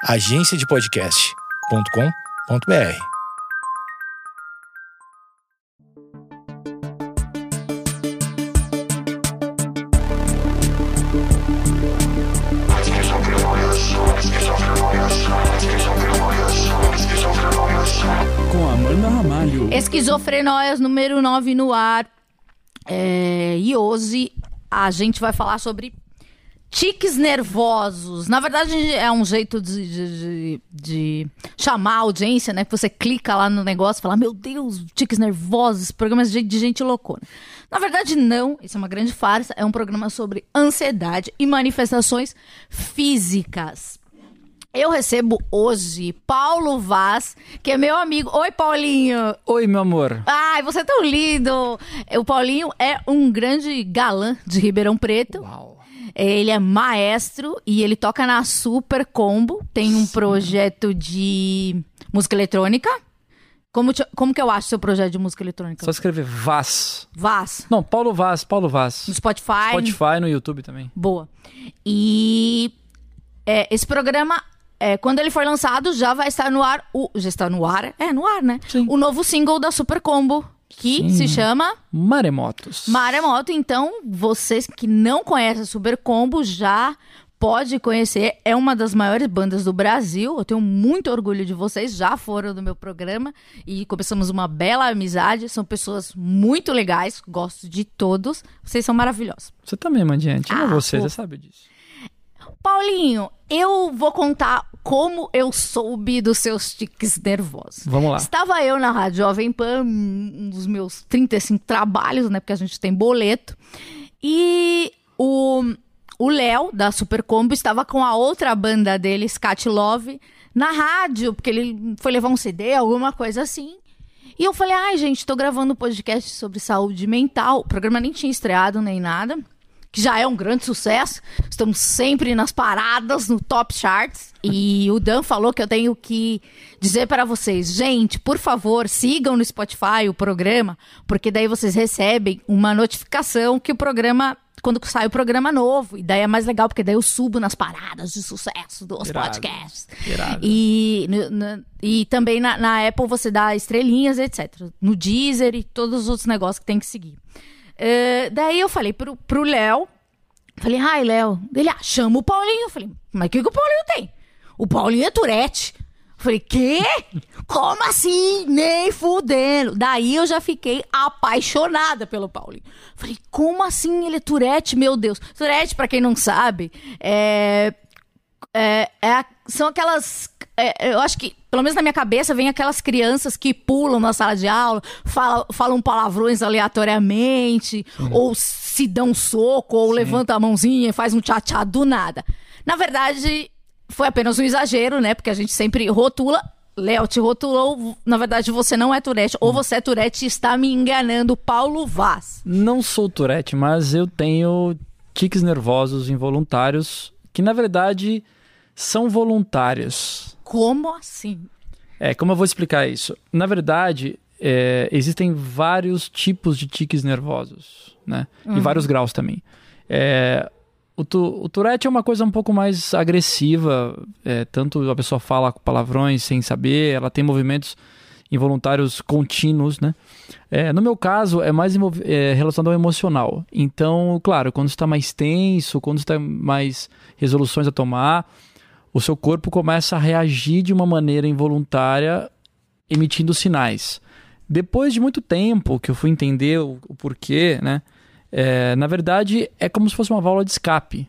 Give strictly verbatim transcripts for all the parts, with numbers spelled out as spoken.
agência de podcast ponto com ponto b r. Com Amanda Ramalho. Esquizofrenóias número nove no ar. É, e hoje a gente vai falar sobre tiques nervosos. Na verdade, é um jeito de, de, de, de chamar a audiência, né? Que você clica lá no negócio e fala, meu Deus, tiques nervosos, esse programa é de gente loucona. Na verdade, não. Isso é uma grande farsa. É um programa sobre ansiedade e manifestações físicas. Eu recebo hoje Paulo Vaz, que é meu amigo. Oi, Paulinho. Oi, meu amor. Ai, você é tão lindo. O Paulinho é um grande galã de Ribeirão Preto. Uau. Ele é maestro e ele toca na Super Combo. Tem um Sim. projeto de música eletrônica. Como, te, como que eu acho seu projeto de música eletrônica? Só escrever Vaz. Vaz. Não, Paulo Vaz, Paulo Vaz. No Spotify. Spotify, no YouTube também. Boa. E é, esse programa... É, quando ele for lançado, já vai estar no ar. O, já está no ar? É, no ar, né? Sim. O novo single da Super Combo, que Sim. se chama Maremotos. Maremoto. Então, vocês que não conhecem a Super Combo já pode conhecer. É uma das maiores bandas do Brasil. Eu tenho muito orgulho de vocês. Já foram do meu programa e começamos uma bela amizade. São pessoas muito legais. Gosto de todos. Vocês são maravilhosos. Você também, Mandinha. Amo Ah, você, pô. você sabe disso. Paulinho, eu vou contar como eu soube dos seus tiques nervosos. Vamos lá. Estava eu na Rádio Jovem Pan, um dos meus trinta e cinco trabalhos, né? Porque a gente tem boleto. E o o Léo, da Super Combo, estava com a outra banda dele, Scat Love, na rádio, porque ele foi levar um C D, alguma coisa assim. E eu falei, ai, gente, tô gravando um podcast sobre saúde mental. O programa nem tinha estreado nem nada, que já é um grande sucesso. Estamos sempre nas paradas, no Top Charts. E o Dan falou que eu tenho que dizer para vocês, gente, por favor, sigam no Spotify o programa, porque daí vocês recebem uma notificação que o programa, quando sai o programa novo, e daí é mais legal, porque daí eu subo nas paradas de sucesso dos Irado. podcasts. Irado. E, no, no, e também na, na Apple você dá estrelinhas, etcétera. No Deezer e todos os outros negócios que tem que seguir. Uh, daí eu falei pro, pro Léo, falei, ai, Léo, ele, ah, chama o Paulinho. Eu falei, mas o que, que o Paulinho tem? O Paulinho é Tourette. Eu falei, quê? Como assim? Nem fudendo. Daí eu já fiquei apaixonada pelo Paulinho. Falei, como assim ele é Tourette? Meu Deus. Tourette, pra quem não sabe, é... é, é são aquelas... É, eu acho que, pelo menos na minha cabeça, vem aquelas crianças que pulam na sala de aula, falam, falam palavrões aleatoriamente, Sim. ou se dão um soco, ou Sim. levanta a mãozinha e faz um tchá-tchá do nada. Na verdade, foi apenas um exagero, né? Porque a gente sempre rotula. Léo te rotulou, na verdade você não é Tourette, ou você é Tourette e está me enganando, Paulo Vaz. Não sou Tourette, mas eu tenho tiques nervosos involuntários, que na verdade são voluntários. Como assim? É, como eu vou explicar isso? Na verdade, é, existem vários tipos de tiques nervosos, né? Uhum. E vários graus também. É, o, tu, o Tourette é uma coisa um pouco mais agressiva, é, tanto a pessoa fala com palavrões sem saber, ela tem movimentos involuntários contínuos, né? É, no meu caso, é mais envolv- é, relacionado ao emocional. Então, claro, quando está mais tenso, quando está mais resoluções a tomar, o seu corpo começa a reagir de uma maneira involuntária, emitindo sinais. Depois de muito tempo que eu fui entender o, o porquê, né? É, na verdade, é como se fosse uma válvula de escape.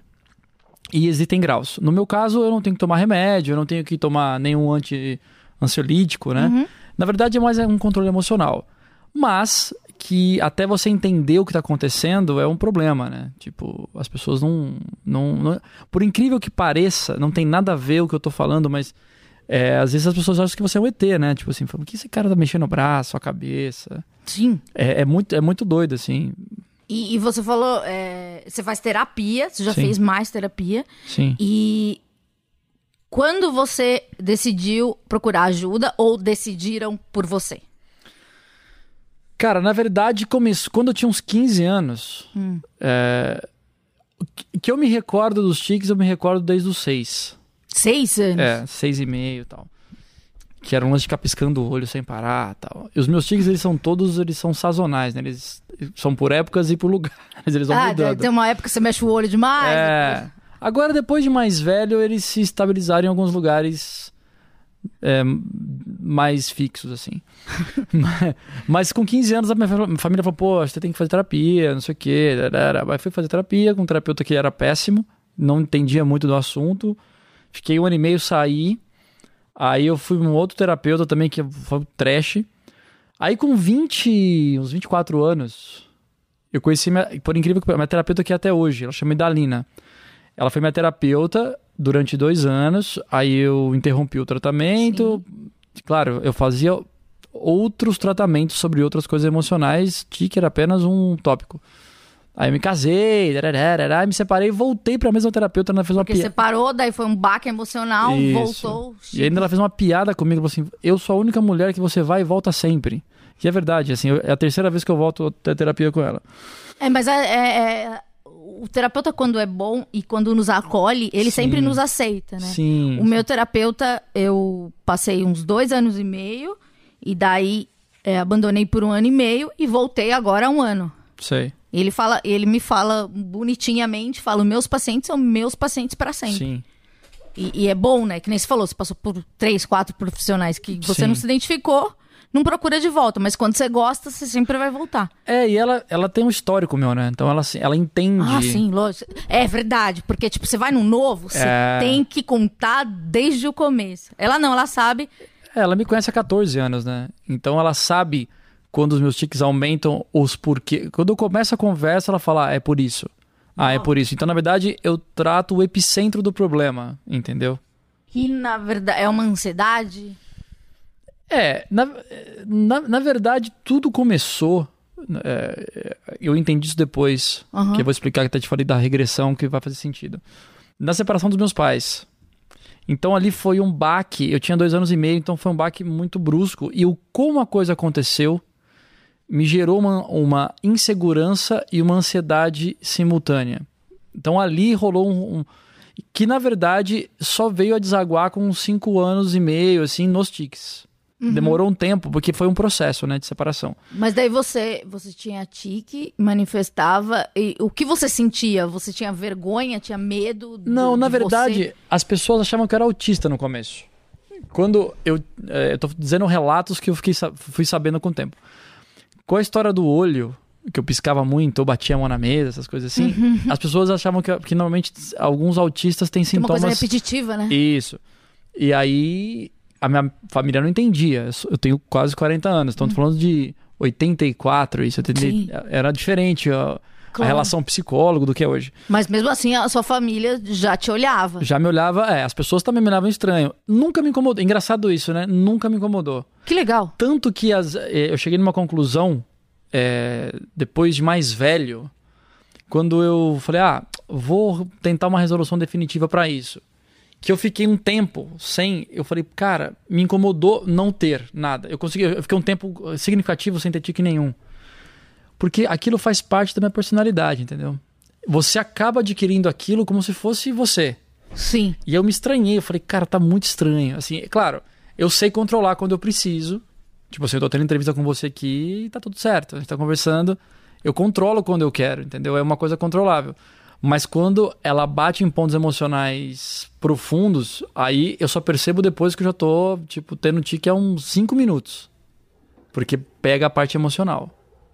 E existem graus. No meu caso, eu não tenho que tomar remédio, eu não tenho que tomar nenhum anti-ansiolítico, né? Uhum. Na verdade, é mais um controle emocional. Mas que até você entender o que está acontecendo é um problema, né? Tipo, as pessoas não, não, não... Por incrível que pareça, não tem nada a ver o que eu tô falando, mas é, às vezes as pessoas acham que você é um E T, né? Tipo assim, falam, por que esse cara tá mexendo o braço, a cabeça? Sim. É, é, muito, é muito doido, assim. E, e você falou, é, você faz terapia, você já Sim. fez mais terapia. Sim. E quando você decidiu procurar ajuda ou decidiram por você? Cara, na verdade, começou, quando eu tinha uns quinze anos, hum. é, que eu me recordo dos tiques, eu me recordo desde os seis. Seis anos? É, seis e meio e tal. Que era um lance de ficar piscando o olho sem parar e tal. E os meus tiques, eles são todos, eles são sazonais, né? Eles são por épocas e por lugares, eles vão ah, mudando. Tem uma época que você mexe o olho demais. É. Depois... Agora, depois de mais velho, eles se estabilizaram em alguns lugares é, mais fixos, assim. mas, mas com quinze anos, a minha família falou, pô, você tem que fazer terapia, não sei o quê. Aí fui fazer terapia com um terapeuta que era péssimo, não entendia muito do assunto. Fiquei um ano e meio, saí. Aí eu fui um outro terapeuta também, que foi trash. Aí com vinte, uns vinte e quatro anos, eu conheci, minha, por incrível que pareça, minha terapeuta aqui até hoje, ela chama Idalina. Ela foi minha terapeuta durante dois anos, aí eu interrompi o tratamento. Sim. Claro, eu fazia outros tratamentos sobre outras coisas emocionais, tique era apenas um tópico. Aí eu me casei, dararara, me separei e voltei pra mesma terapeuta. Ela fez uma Porque pi... você parou, daí foi um baque emocional, Isso. voltou. E ainda ela fez uma piada comigo, falou assim, eu sou a única mulher que você vai e volta sempre. E é verdade, assim, é a terceira vez que eu volto a ter terapia com ela. É, mas é, é, é, o terapeuta, quando é bom e quando nos acolhe, ele Sim. sempre nos aceita, né? Sim. O meu terapeuta, eu passei uns dois anos e meio, e daí é, abandonei por um ano e meio e voltei agora há um ano. Sei. Ele, fala, ele me fala bonitinhamente, fala, meus pacientes são meus pacientes para sempre. Sim. E, e é bom, né? Que nem você falou, você passou por três, quatro profissionais que você Sim. não se identificou, não procura de volta. Mas quando você gosta, você sempre vai voltar. É, e ela, ela tem um histórico meu, né? Então ela, ela entende... Ah, sim, lógico. É verdade, porque tipo, você vai num novo, você é... tem que contar desde o começo. Ela não, ela sabe... É, ela me conhece há catorze anos, né? Então ela sabe... Quando os meus tiques aumentam, os porquê. Quando eu começo a conversa, ela fala, ah, é por isso. Ah, é por isso. Então, na verdade, eu trato o epicentro do problema, entendeu? Que, na verdade, é uma ansiedade? É, na, na, na verdade, tudo começou... É, eu entendi isso depois, uhum. que eu vou explicar, que até te falei da regressão, que vai fazer sentido. Na separação dos meus pais. Então, ali foi um baque. Eu tinha dois anos e meio, então foi um baque muito brusco. E o como a coisa aconteceu... me gerou uma, uma insegurança e uma ansiedade simultânea. Então ali rolou um, um... que na verdade só veio a desaguar com uns cinco anos e meio, assim, nos tiques. Uhum. Demorou um tempo, porque foi um processo, né, de separação. Mas daí você, você tinha tique, manifestava, e o que você sentia? Você tinha vergonha, tinha medo? Do, Não, na verdade, você? As pessoas achavam que eu era autista no começo. Quando eu... É, eu tô dizendo relatos que eu fiquei, fui sabendo com o tempo. Com a história do olho, que eu piscava muito, eu batia a mão na mesa, essas coisas assim, uhum. as pessoas achavam que, que normalmente alguns autistas têm Tem sintomas... uma coisa repetitiva, né? Isso. E aí, a minha família não entendia. Eu tenho quase quarenta anos, então uhum. tô falando de oitenta e quatro, isso. Era diferente a, claro. a relação psicólogo do que é hoje. Mas mesmo assim, a sua família já te olhava. Já me olhava, é. As pessoas também me olhavam estranho. Nunca me incomodou. Engraçado isso, né? Nunca me incomodou. Que legal. Tanto que as, eu cheguei numa conclusão, é, depois de mais velho, quando eu falei, ah, vou tentar uma resolução definitiva para isso. Que eu fiquei um tempo sem, eu falei, cara, me incomodou não ter nada. Eu consegui, eu fiquei um tempo significativo sem ter tique nenhum. Porque aquilo faz parte da minha personalidade, entendeu? Você acaba adquirindo aquilo como se fosse você. Sim. E eu me estranhei, eu falei, cara, tá muito estranho. Assim, claro, eu sei controlar quando eu preciso. Tipo assim, eu tô tendo entrevista com você aqui e tá tudo certo. A gente tá conversando. Eu controlo quando eu quero, entendeu? É uma coisa controlável. Mas quando ela bate em pontos emocionais profundos, aí eu só percebo depois que eu já tô, tipo, tendo tique há uns cinco minutos. Porque pega a parte emocional.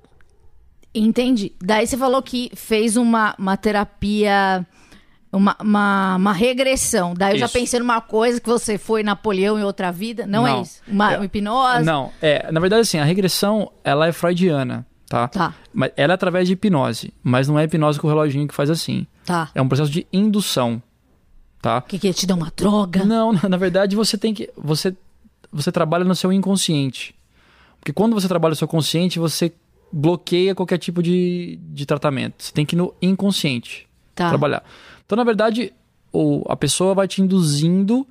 Entendi. Daí você falou que fez uma, uma terapia... Uma, uma, uma regressão. Daí eu isso. já pensei numa coisa que você foi Napoleão em outra vida. Não, não. é isso? Uma, é, uma hipnose? Não. É, na verdade, assim, a regressão, ela é freudiana, tá? Tá. Mas ela é através de hipnose. Mas não é hipnose com o reloginho que faz assim. Tá. É um processo de indução, tá? O que que é? Te dá uma droga? Não, na verdade, você tem que... Você, você trabalha no seu inconsciente. Porque quando você trabalha no seu consciente, você bloqueia qualquer tipo de, de tratamento. Você tem que ir no inconsciente tá. trabalhar. Então, na verdade, o, a pessoa vai te induzindo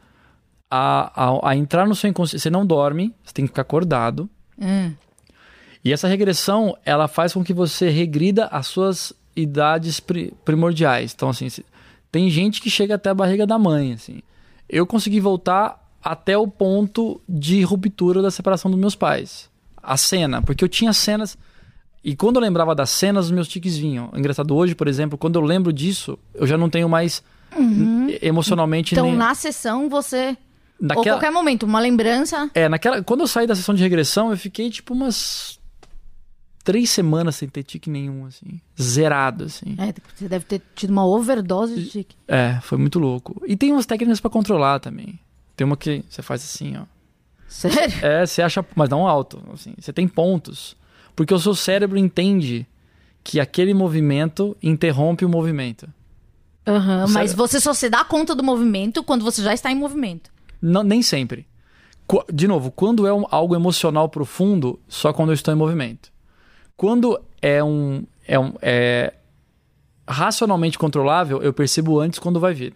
a, a, a entrar no seu inconsciente. Você não dorme, você tem que ficar acordado. Hum. E essa regressão, ela faz com que você regrida as suas idades pri, primordiais. Então, assim, tem gente que chega até a barriga da mãe, assim. eu consegui voltar até o ponto de ruptura da separação dos meus pais. A cena, porque eu tinha cenas... E quando eu lembrava das cenas, os meus tiques vinham. Engraçado, hoje, por exemplo, quando eu lembro disso, eu já não tenho mais Uhum. emocionalmente... Então, nem... na sessão, você... Naquela... Ou qualquer momento, uma lembrança... É, naquela... Quando eu saí da sessão de regressão, eu fiquei tipo umas... Três semanas sem ter tique nenhum, assim. Zerado, assim. É, você deve ter tido uma overdose de tique. É, foi muito louco. E tem umas técnicas pra controlar também. Tem uma que você faz assim, ó. Sério? É, você acha... Mas não alto, assim. Você tem pontos. Porque o seu cérebro entende que aquele movimento interrompe o movimento. Uhum, O mas cérebro- você só se dá conta do movimento quando você já está em movimento. Não, nem sempre. Qu- De novo, quando é um- algo emocional profundo, só quando eu estou em movimento. Quando é um, é um é racionalmente controlável, eu percebo antes quando vai vir.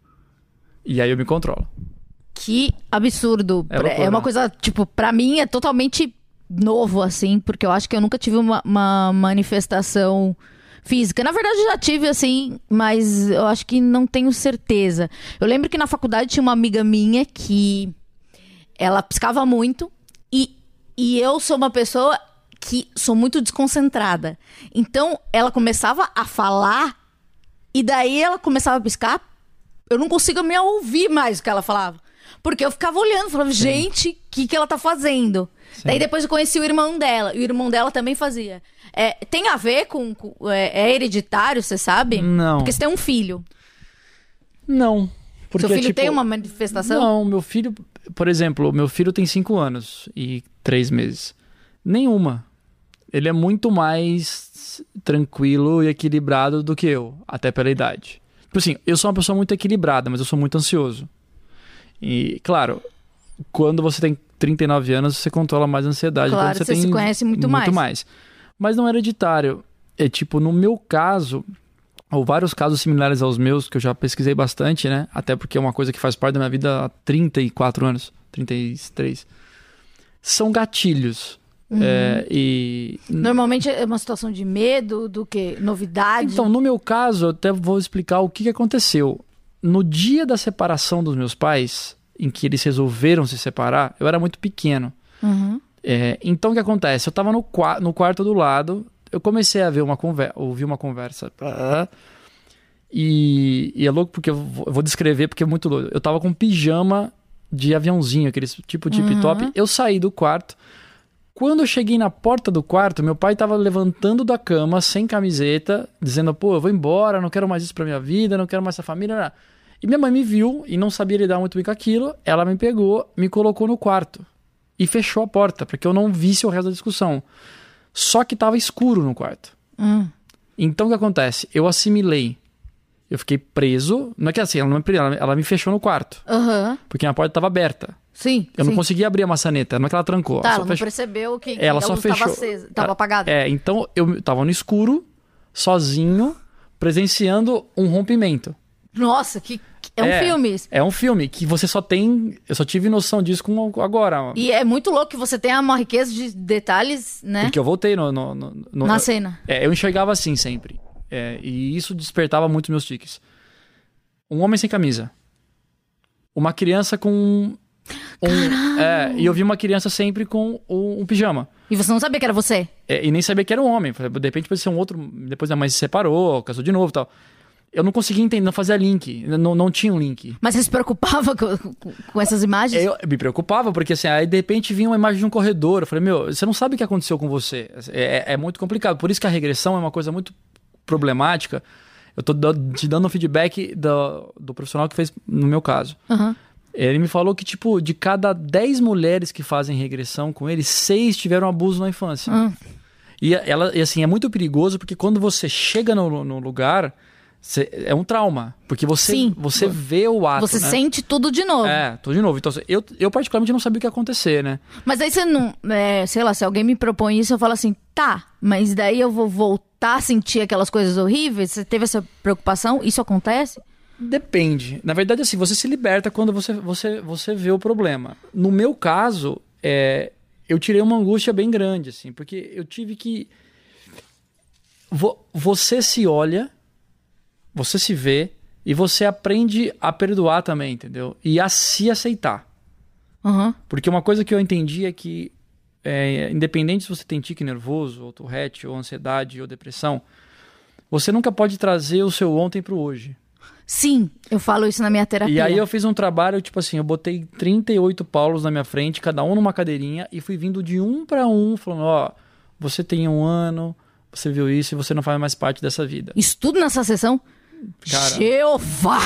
E aí eu me controlo. Que absurdo. É loucura, É uma né? coisa, tipo, pra mim é totalmente novo, assim, porque eu acho que eu nunca tive uma, uma manifestação física. Na verdade, eu já tive, assim, mas eu acho que não tenho certeza. Eu lembro que na faculdade tinha uma amiga minha que ela piscava muito e, e eu sou uma pessoa que sou muito desconcentrada. Então, ela começava a falar e daí ela começava a piscar. Eu não consigo me ouvir mais o que ela falava. Porque eu ficava olhando, falava, gente, o que, que ela tá fazendo? Sim. Daí depois eu conheci o irmão dela. E o irmão dela também fazia. É, tem a ver com... com- é, é hereditário, você sabe? Não. Porque você tem um filho. Não. Porque, Seu filho tipo, tem uma manifestação? Não, meu filho... Por exemplo, meu filho tem cinco anos e três meses. Nenhuma. Ele é muito mais tranquilo e equilibrado do que eu, até pela idade. Tipo assim, eu sou uma pessoa muito equilibrada, mas eu sou muito ansioso. E, claro, quando você tem trinta e nove anos, você controla mais a ansiedade. Claro, quando você, você tem se conhece muito mais. Muito mais. Mas não é hereditário. É tipo, no meu caso, ou vários casos similares aos meus, que eu já pesquisei bastante, né? Até porque é uma coisa que faz parte da minha vida há trinta e quatro anos, trinta e três. São gatilhos. Uhum. É, e... Normalmente é uma situação de medo, do que? Novidade? Então, no meu caso, eu até vou explicar o que que aconteceu. No dia da separação dos meus pais, em que eles resolveram se separar, eu era muito pequeno. Uhum. É, então, o que acontece? Eu estava no, qua- no quarto do lado, eu comecei a ver uma conversa, ouvir uma conversa. E, e é louco porque eu vou, eu vou descrever porque é muito louco. Eu tava com um pijama de aviãozinho, aquele tipo de tip top. Eu saí do quarto. Quando eu cheguei na porta do quarto, meu pai tava levantando da cama, sem camiseta, dizendo, pô, eu vou embora, não quero mais isso pra minha vida, não quero mais essa família. Não. E minha mãe me viu e não sabia lidar muito bem com aquilo. Ela me pegou, me colocou no quarto e fechou a porta, para que eu não visse o resto da discussão. Só que tava escuro no quarto. Hum. Então o que acontece? Eu assimilei. Eu fiquei preso. Não é que assim, ela, não me, ela, ela me fechou no quarto, Aham. porque a porta estava aberta. Sim, Eu sim. não conseguia abrir a maçaneta, não é que ela trancou. Tá, ela ela só não fechou. percebeu que, que Ela a só luz fechou. tava acesa, tava apagada. É, então eu tava no escuro, sozinho, presenciando um rompimento. Nossa, que, que- é um filme isso. É um filme que você só tem... Eu só tive noção disso com agora. E é muito louco que você tenha uma riqueza de detalhes, né? Porque eu voltei no... no, no, no Na eu, cena. É, eu enxergava assim sempre. É, e isso despertava muito meus tiques. Um homem sem camisa. Uma criança com... Um, é, e eu vi uma criança sempre com um, um pijama. E você não sabia que era você? É, e nem sabia que era um homem. Falei, de repente pode ser um outro. Depois a mãe se separou, casou de novo e tal. Eu não conseguia entender, não fazia link. Não, não tinha um link. Mas você se preocupava com, com- com essas imagens? Eu me preocupava, porque assim, aí de repente vinha uma imagem de um corredor. Eu falei, meu, você não sabe o que aconteceu com você. É, é muito complicado. Por isso que a regressão é uma coisa muito problemática. Eu tô da- te dando um feedback do, do profissional que fez no meu caso. Aham. Ele me falou que, tipo, de cada dez mulheres que fazem regressão com ele, seis tiveram abuso na infância. Hum. E, ela, e assim, é muito perigoso porque quando você chega no, no lugar, você- é um trauma. Porque você, Sim. você vê o ato, Você né? sente tudo de novo. É, tudo de novo. Então, assim, eu, eu particularmente não sabia o que ia acontecer, né? Mas aí você não... é, sei lá, se alguém me propõe isso, eu falo assim, tá, mas daí eu vou voltar a sentir aquelas coisas horríveis? Você teve essa preocupação? Isso acontece? Depende. Na verdade, assim, você se liberta quando você, você, você vê o problema. No meu caso, é, eu tirei uma angústia bem grande, assim, porque eu tive que... Vo- Você se olha, você se vê, E você aprende a perdoar também, entendeu? E a se aceitar. Uhum. Porque uma coisa que eu entendi é que, é, independente se você tem tique nervoso, ou Tourette, ou ansiedade, ou depressão, você nunca pode trazer o seu ontem pro hoje. Sim, eu falo isso na minha terapia. E aí eu fiz um trabalho, tipo assim, eu botei trinta e oito Paulos na minha frente, cada um numa cadeirinha, e fui vindo de um para um, falando, ó, você tem um ano, você viu isso e você não faz mais parte dessa vida. Isso tudo nessa sessão? Cara, Jeová!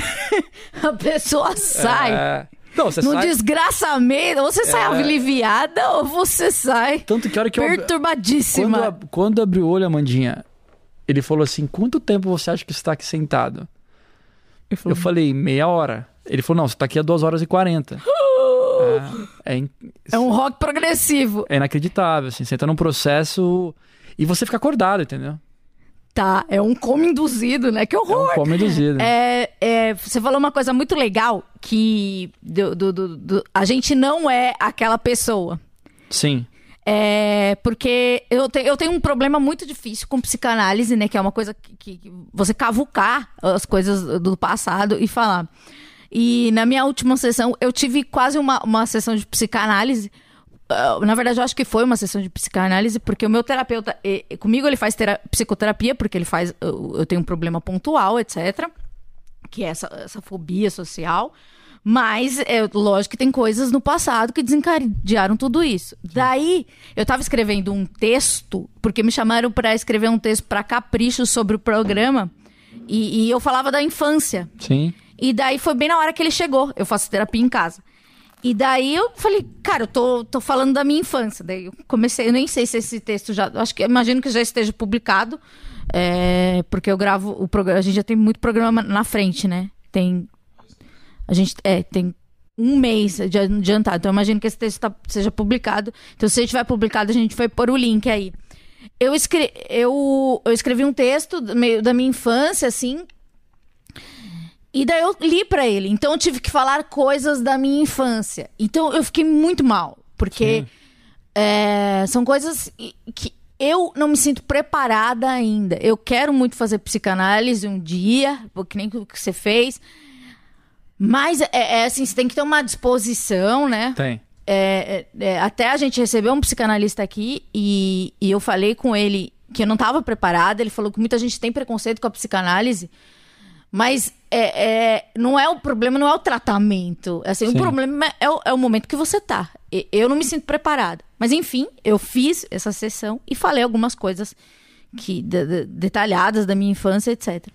A pessoa sai. É... Não, você no sai... desgraçamento, ou você sai É. aliviada, ou você sai Tanto que a hora que eu... perturbadíssima. Quando, quando abriu o olho, Amandinha, ele falou assim, quanto tempo você acha que você está aqui sentado? Eu Eu falei, meia hora. Ele falou, não, você tá aqui há duas horas e quarenta. é, é, in- É um rock progressivo. é inacreditável, assim. Você entra num processo e você fica acordado, entendeu? Tá, é um coma induzido, né? Que É horror! um come induzido. É, é, você falou uma coisa muito legal, que do, do- do- do- a gente não é aquela pessoa. Sim. É, porque eu, te- eu tenho um problema muito difícil com psicanálise, né? Que é uma coisa que, que- que você cavucar as coisas do passado e falar. E na minha última sessão, eu tive quase uma, uma sessão de psicanálise. Ah, na verdade, eu acho que foi uma sessão de psicanálise, porque o meu terapeuta, e- e comigo ele faz tera- psicoterapia, porque ele faz. Eu, eu tenho um problema pontual, etcétera. Que é essa, essa fobia social. Mas, é, lógico que tem coisas no passado que desencadearam tudo isso. Daí, eu tava escrevendo um texto, porque me chamaram para escrever um texto para Capricho sobre o programa, e, e eu falava da infância. Sim. E daí foi bem na hora que ele chegou. Eu faço terapia em casa. E daí eu falei, cara, eu tô, tô falando da minha infância. Daí eu comecei, eu nem sei se esse texto já. Acho que imagino que já esteja publicado. É, porque eu gravo o programa. A gente já tem muito programa na frente, né? Tem. A gente é, tem um mês de adiantado. Então eu imagino que esse texto tá, seja publicado. Então, se ele tiver publicado, a gente vai pôr o link aí. Eu, escre eu, eu escrevi um texto do meio da minha infância, assim. E daí eu li pra ele. Então eu tive que falar coisas da minha infância. Então eu fiquei muito mal. Porque é, são coisas que eu não me sinto preparada ainda. Eu quero muito fazer psicanálise um dia, que nem o que você fez. Mas é, é assim, você tem que ter uma disposição, né? Tem. É, é, é, até a gente recebeu um psicanalista aqui e, e eu falei com ele que eu não estava preparada. Ele falou que muita gente tem preconceito com a psicanálise, mas é, é, não é o problema, não é o tratamento. Assim, o Sim. problema é o, é o momento que você tá. E- Eu não me sinto preparada. Mas enfim, eu fiz essa sessão e falei algumas coisas que, de- de- detalhadas da minha infância, etcétera.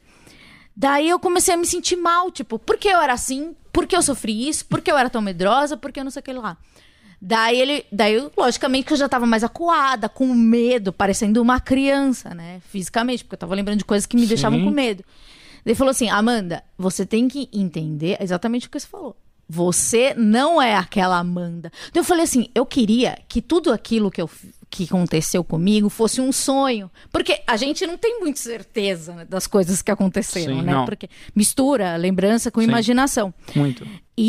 Daí eu comecei a me sentir mal, tipo, por que eu era assim? Por que eu sofri isso? Por que eu era tão medrosa? Por que eu não sei o que lá? Daí ele, daí eu, logicamente que eu já tava mais acuada, com medo, parecendo uma criança, né? Fisicamente, porque eu tava lembrando de coisas que me Sim. deixavam com medo. Daí ele falou assim, Amanda, você tem que entender exatamente o que você falou. Você não é aquela Amanda. Daí eu falei assim, eu queria que tudo aquilo que, eu, que aconteceu comigo fosse um sonho. Porque a gente não tem muita certeza, né, das coisas que aconteceram, Sim, né? não. Porque mistura lembrança com Sim. imaginação. Muito.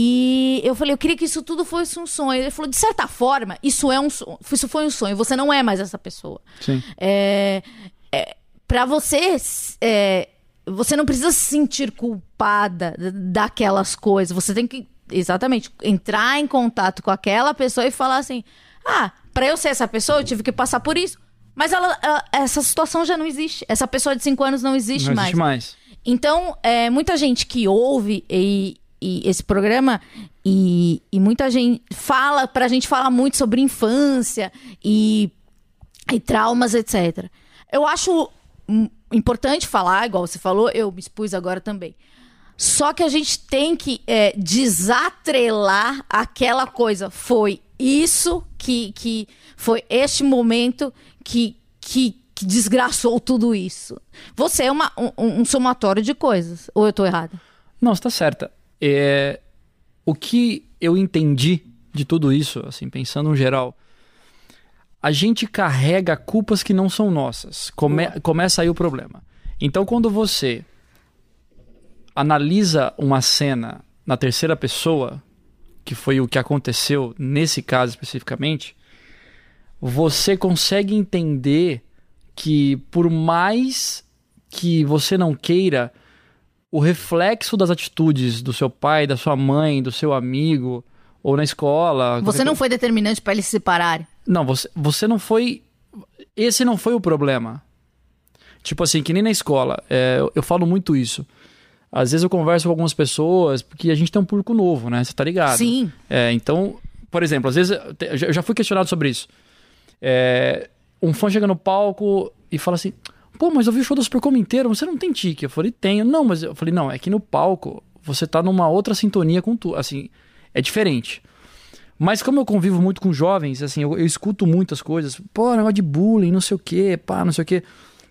E eu falei, eu queria que isso tudo fosse um sonho. Ele falou, de certa forma, isso é um sonho. Isso foi um sonho. Você não é mais essa pessoa. Sim. É, é, para você, é, você não precisa se sentir culpada daquelas coisas. Você tem que, exatamente, entrar em contato com aquela pessoa e falar assim, ah, pra eu ser essa pessoa, eu tive que passar por isso. Mas ela, ela- essa situação já não existe. Essa pessoa de cinco anos não existe Não mais. existe mais. Então, é, muita gente que ouve e, e esse programa e, e muita gente fala, pra gente falar muito sobre infância e, e traumas, etcétera. Eu acho hum, importante falar, igual você falou, eu me expus agora também. Só que a gente tem que é, desatrelar aquela coisa. Foi isso que, que foi este momento que, que, que desgraçou tudo isso. Você é uma, um, um somatório de coisas. Ou eu tô errada? Não, você tá certa. É... O que eu entendi de tudo isso, assim, pensando no geral, a gente carrega culpas que não são nossas. Come... Começa aí o problema. Então, quando você analisa uma cena na terceira pessoa, que foi o que aconteceu nesse caso especificamente, você consegue entender que, por mais que você não queira, o reflexo das atitudes do seu pai, da sua mãe, do seu amigo, ou na escola... Você não foi determinante para eles se separarem? Não, você, você não foi... Esse não foi o problema. Tipo assim, que nem na escola. É, eu, eu falo muito isso. Às vezes eu converso com algumas pessoas, porque a gente tem um público novo, né? Você tá ligado? Sim. É, então, por exemplo, às vezes... Eu já fui questionado sobre isso. É, um fã chega no palco e fala assim... Pô, mas eu vi o show do Super Combo inteiro, você não tem tique? Eu falei, tenho. Não, mas eu falei, não, é que no palco você tá numa outra sintonia com tu. Assim, é diferente. Mas como eu convivo muito com jovens, assim, eu, eu escuto muitas coisas. Pô, negócio de bullying, não sei o quê, pá, não sei o quê.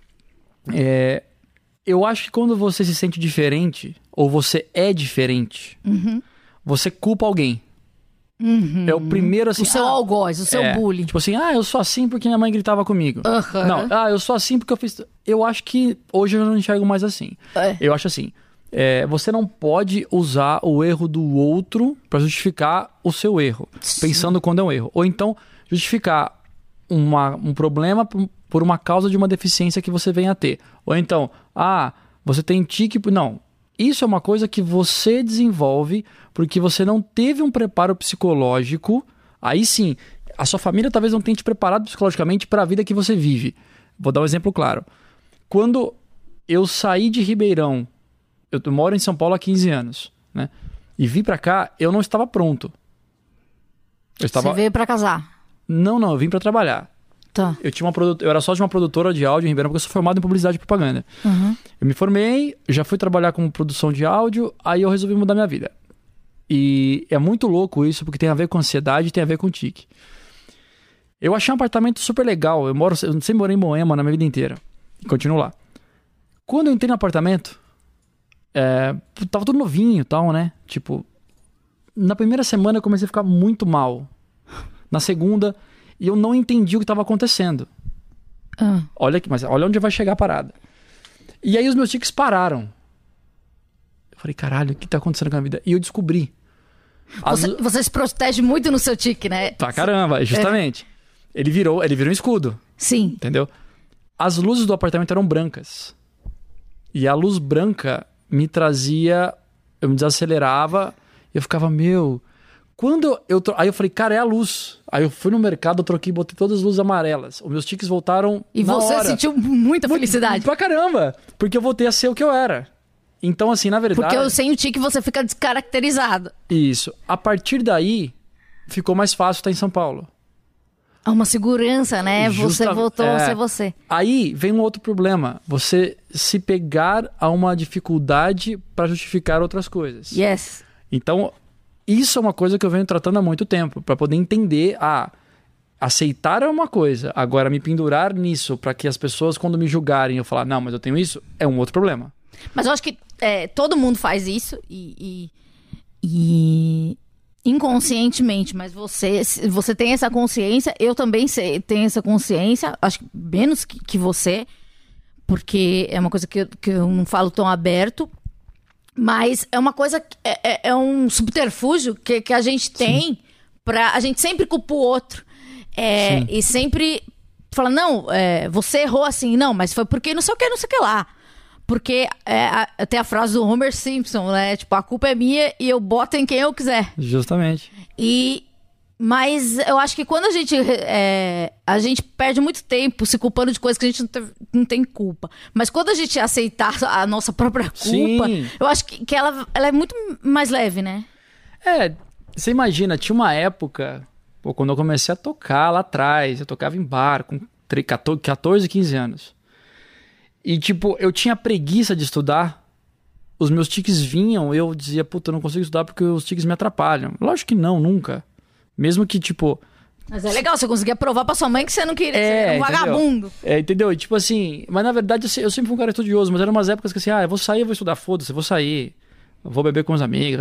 É, eu acho que quando você se sente diferente, ou você é diferente, uhum. você culpa alguém. Uhum. É o primeiro assim... O seu ah, algoz, o seu é, bullying. Tipo assim, ah, eu sou assim porque minha mãe gritava comigo. Uhum. Não, ah, eu sou assim porque eu fiz... Eu acho que hoje eu não enxergo mais assim. É. Eu acho assim, é, você não pode usar o erro do outro pra justificar o seu erro. Sim. Pensando quando é um erro. Ou então, justificar uma, um problema por uma causa de uma deficiência que você venha a ter. Ou então, ah, você tem tique... Não. Isso é uma coisa que você desenvolve porque você não teve um preparo psicológico. Aí sim, a sua família talvez não tenha te preparado psicologicamente para a vida que você vive. Vou dar um exemplo claro. Quando eu saí de Ribeirão, eu moro em São Paulo há quinze anos, né? E vim para cá, eu não estava pronto. Eu estava... Você veio para casar? Não, não, eu vim para trabalhar. Tá. Eu, tinha uma produ... eu era só de uma produtora de áudio em Ribeirão, porque eu sou formado em publicidade e propaganda. Uhum. Eu me formei, já fui trabalhar com produção de áudio, aí eu resolvi mudar minha vida. E é muito louco isso, porque tem a ver com ansiedade e tem a ver com tique. Eu achei um apartamento super legal. Eu moro, eu sempre morei em Moema na minha vida inteira. E continuo lá. Quando eu entrei no apartamento, é, tava tudo novinho e tal, né? Tipo, na primeira semana eu comecei a ficar muito mal. Na segunda... E eu não entendi o que estava acontecendo. Ah. Olha aqui, mas olha onde vai chegar a parada. E aí os meus tiques pararam. Eu falei, caralho, o que tá acontecendo com a minha vida? E eu descobri. As... Você, você se protege muito no seu tique, né? Pra caramba, justamente. É. Ele virou, ele virou um escudo. Sim. Entendeu? As luzes do apartamento eram brancas. E a luz branca me trazia... Eu me desacelerava. E eu ficava, meu... Quando eu... Tro... Aí eu falei, cara, é a luz. Aí eu fui no mercado, eu troquei, botei todas as luzes amarelas. Os meus tiques voltaram E na você hora. sentiu muita felicidade. Pra caramba. Porque eu voltei a ser o que eu era. Então, assim, na verdade... Porque sem o tique você fica descaracterizado. Isso. A partir daí, ficou mais fácil estar em São Paulo. Há uma segurança, né? Justa... Você voltou é... a ser você. Aí vem um outro problema. Você se pegar a uma dificuldade para justificar outras coisas. Yes. Então... Isso é uma coisa que eu venho tratando há muito tempo, para poder entender, ah, aceitar é uma coisa, agora me pendurar nisso para que as pessoas quando me julgarem eu falar, não, mas eu tenho isso, é um outro problema. Mas eu acho que é, todo mundo faz isso e, e, e inconscientemente, mas você, você tem essa consciência, eu também sei, tenho essa consciência, acho que menos que, que você, porque é uma coisa que eu, que eu não falo tão aberto. Mas é uma coisa, é, é, é um subterfúgio que, que a gente tem pra... A gente sempre culpa o outro. É, e sempre fala, não, é, você errou assim. Não, mas foi porque não sei o que, não sei o que lá. Porque é, a, tem a frase do Homer Simpson, né? Tipo, a culpa é minha e eu boto em quem eu quiser. Justamente. E... Mas eu acho que quando a gente é, a gente perde muito tempo se culpando de coisas que a gente não tem, não tem culpa. Mas quando a gente aceitar a nossa própria culpa, Sim. eu acho que, que ela, ela é muito mais leve, né? É, você imagina, tinha uma época, pô, quando eu comecei a tocar lá atrás, eu tocava em bar com catorze, quinze anos. E tipo, eu tinha preguiça de estudar, os meus tiques vinham, eu dizia, puta, eu não consigo estudar porque os tiques me atrapalham. Lógico que não, nunca. Mesmo que, tipo... Mas é legal, você conseguia provar pra sua mãe que você não queria, é, que você era um entendeu? vagabundo. É, entendeu? E, tipo assim... Mas na verdade, eu sempre fui um cara estudioso, mas eram umas épocas que assim, ah, eu vou sair, eu vou estudar, foda-se, eu vou sair. Eu vou beber com os amigos.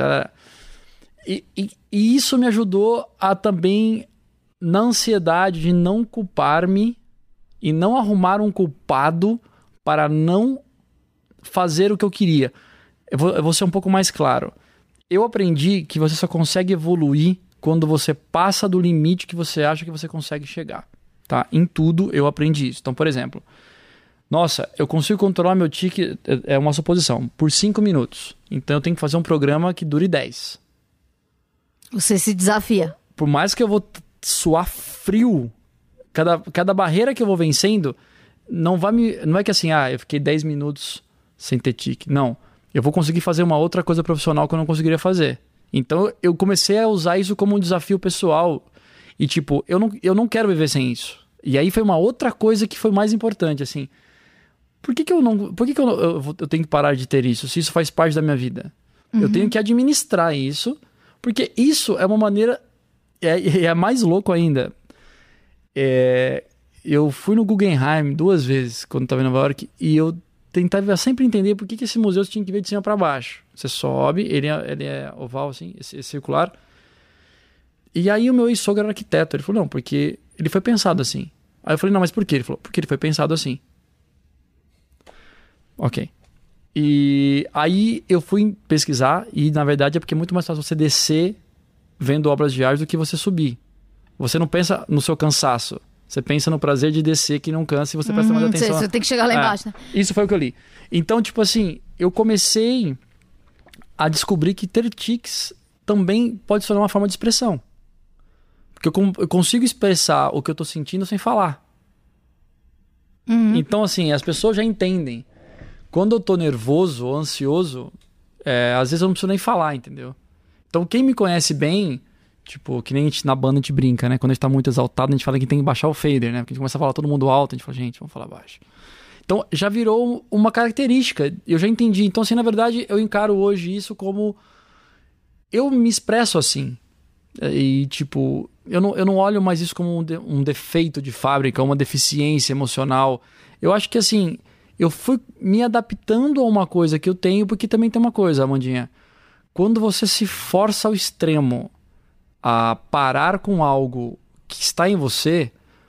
E, e, e isso me ajudou a também, na ansiedade de não culpar-me e não arrumar um culpado para não fazer o que eu queria. Eu vou, eu vou ser um pouco mais claro. Eu aprendi que você só consegue evoluir quando você passa do limite que você acha que você consegue chegar, tá? Em tudo eu aprendi isso. Então, por exemplo, Nossa, eu consigo controlar meu tique, é uma suposição, por cinco minutos. Então eu tenho que fazer um programa que dure dez. Você se desafia. Por mais que eu vou suar frio, cada, cada barreira que eu vou vencendo, não vai me. Não é que assim, ah, eu fiquei dez minutos sem ter tique. Não. Eu vou conseguir fazer uma outra coisa profissional que eu não conseguiria fazer. Então eu comecei a usar isso como um desafio pessoal. E tipo, eu não, eu não quero viver sem isso. E aí foi uma outra coisa que foi mais importante, assim. Por que que eu não... Por que que eu, eu, eu tenho que parar de ter isso, se isso faz parte da minha vida? Uhum. Eu tenho que administrar isso, porque isso é uma maneira... É, é mais louco ainda. É, eu fui no Guggenheim duas vezes, quando estava em Nova York, e eu tentava sempre entender por que que esse museu tinha que ver de cima para baixo. Você sobe, ele é, ele é oval, assim, esse, esse circular. E aí o meu ex-sogro era arquiteto. Ele falou, não, porque ele foi pensado assim. Aí eu falei, não, mas por quê? Ele falou, porque ele foi pensado assim. Ok. E aí eu fui pesquisar e, na verdade, é porque é muito mais fácil você descer vendo obras de arte do que você subir. Você não pensa no seu cansaço. Você pensa no prazer de descer que não cansa e você presta mais Hum, atenção. Você tem que chegar lá É, embaixo, né? Isso foi o que eu li. Então, tipo assim, eu comecei a descobrir que ter tics também pode ser uma forma de expressão. Porque eu, com- eu consigo expressar o que eu tô sentindo sem falar. Uhum. Então, assim, as pessoas já entendem. Quando eu tô nervoso ou ansioso, é, às vezes eu não preciso nem falar, entendeu? Então, quem me conhece bem, tipo, que nem a gente, na banda a gente brinca, né? Quando a gente tá muito exaltado, a gente fala que tem que baixar o fader, né? Porque a gente começa a falar todo mundo alto, a gente fala, gente, vamos falar baixo. Então, já virou uma característica. Eu já entendi. Então, assim, na verdade, eu encaro hoje isso como... Eu me expresso assim. E, tipo, eu não, eu não olho mais isso como um, de- um defeito de fábrica, uma deficiência emocional. Eu acho que, assim, eu fui me adaptando a uma coisa que eu tenho, porque também tem uma coisa, Amandinha. Quando você se força ao extremo a parar com algo que está em você,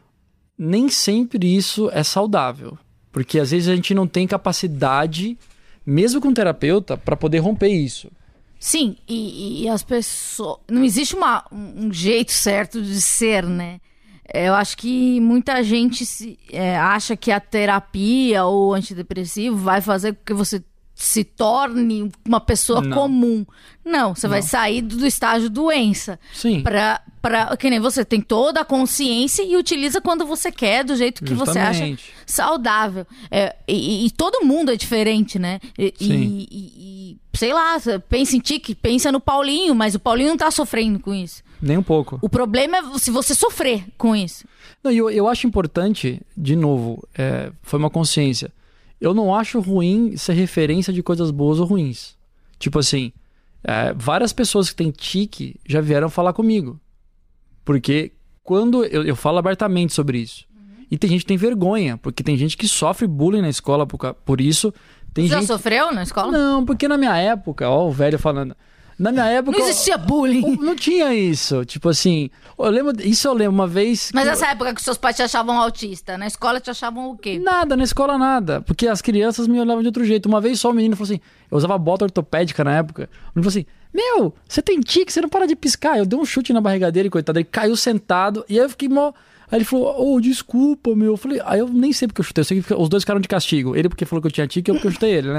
nem sempre isso é saudável. Porque às vezes a gente não tem capacidade, mesmo com terapeuta, para poder romper isso. Sim, e, e as pessoas... Não existe uma, um jeito certo de ser, né? É, Eu acho que muita gente se, é, acha que a terapia ou antidepressivo vai fazer com que você se torne uma pessoa Não. comum. Não, você vai Não. sair do estágio doença. Sim. Pra, pra, que nem você tem toda a consciência e utiliza quando você quer, do jeito que você acha Justamente. saudável. É, e, e todo mundo é diferente, né? E, Sim. e- e- e, sei lá, você pensa em tique, pensa no Paulinho, mas o Paulinho não tá sofrendo com isso. Nem um pouco. O problema é se você sofrer com isso. Não, e eu, eu acho importante, de novo, é, foi uma consciência. Eu não acho ruim ser referência de coisas boas ou ruins. Tipo assim, é, várias pessoas que têm tique já vieram falar comigo. Porque quando eu, eu falo abertamente sobre isso. E tem gente que tem vergonha, porque tem gente que sofre bullying na escola por, ca- por isso. Tem Você já gente... sofreu na escola? Não, porque na minha época, ó, o velho falando. Na minha época. Não existia bullying. Não tinha isso. Tipo assim, eu lembro. Isso eu lembro uma vez. Mas que- nessa época que seus pais te achavam autista, na escola te achavam o quê? Nada, na escola nada. Porque as crianças me olhavam de outro jeito. Uma vez só o menino falou assim: eu usava bota ortopédica na época. Ele falou assim: Meu, você tem tique, você não para de piscar. Eu dei um chute na barriga dele, coitado. Ele caiu sentado. E aí eu fiquei mó. Aí ele falou: Ô, desculpa, meu. Eu falei: Aí eu nem sei porque eu chutei. Eu sei que os dois ficaram de castigo. Ele porque falou que eu tinha tique e eu porque eu chutei ele, né?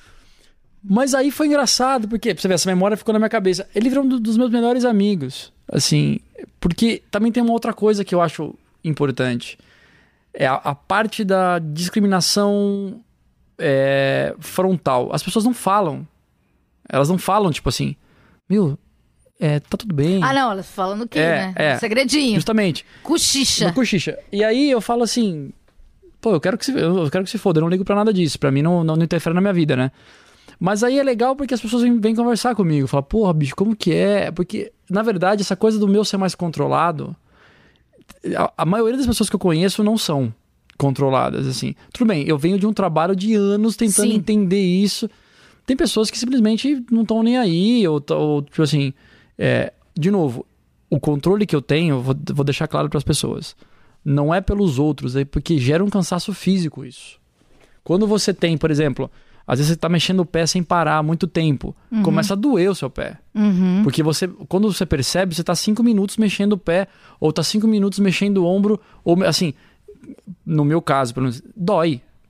Mas aí foi engraçado, porque, pra você ver, essa memória ficou na minha cabeça. Ele virou um do- dos meus melhores amigos. Assim, porque também tem uma outra coisa que eu acho importante. É a, a parte da discriminação é, frontal. As pessoas não falam. Elas não falam, tipo assim, meu, é, tá tudo bem. Ah, não, elas falam no quê, É, né? é. Segredinho. Justamente. Cochicha. No cochicha. E aí eu falo assim, pô, eu quero que se, eu quero que se foda, eu não ligo pra nada disso. Pra mim não, não, não interfere na minha vida, né? Mas aí é legal porque as pessoas vêm, vêm conversar comigo. Falam, porra, bicho, como que é? Porque, na verdade, essa coisa do meu ser mais controlado, a, a maioria das pessoas que eu conheço não são controladas, assim. Tudo bem, eu venho de um trabalho de anos tentando Sim. entender isso. Tem pessoas que simplesmente não estão nem aí, ou, t- ou tipo assim, é, de novo, o controle que eu tenho, eu vou, vou deixar claro para as pessoas, não é pelos outros, é porque gera um cansaço físico isso. Quando você tem, por exemplo, às vezes você tá mexendo o pé sem parar há muito tempo, começa a doer o seu pé. Uhum. Porque você, quando você percebe, você tá cinco minutos mexendo o pé, ou tá cinco minutos mexendo o ombro, ou assim, no meu caso, pelo menos, dói.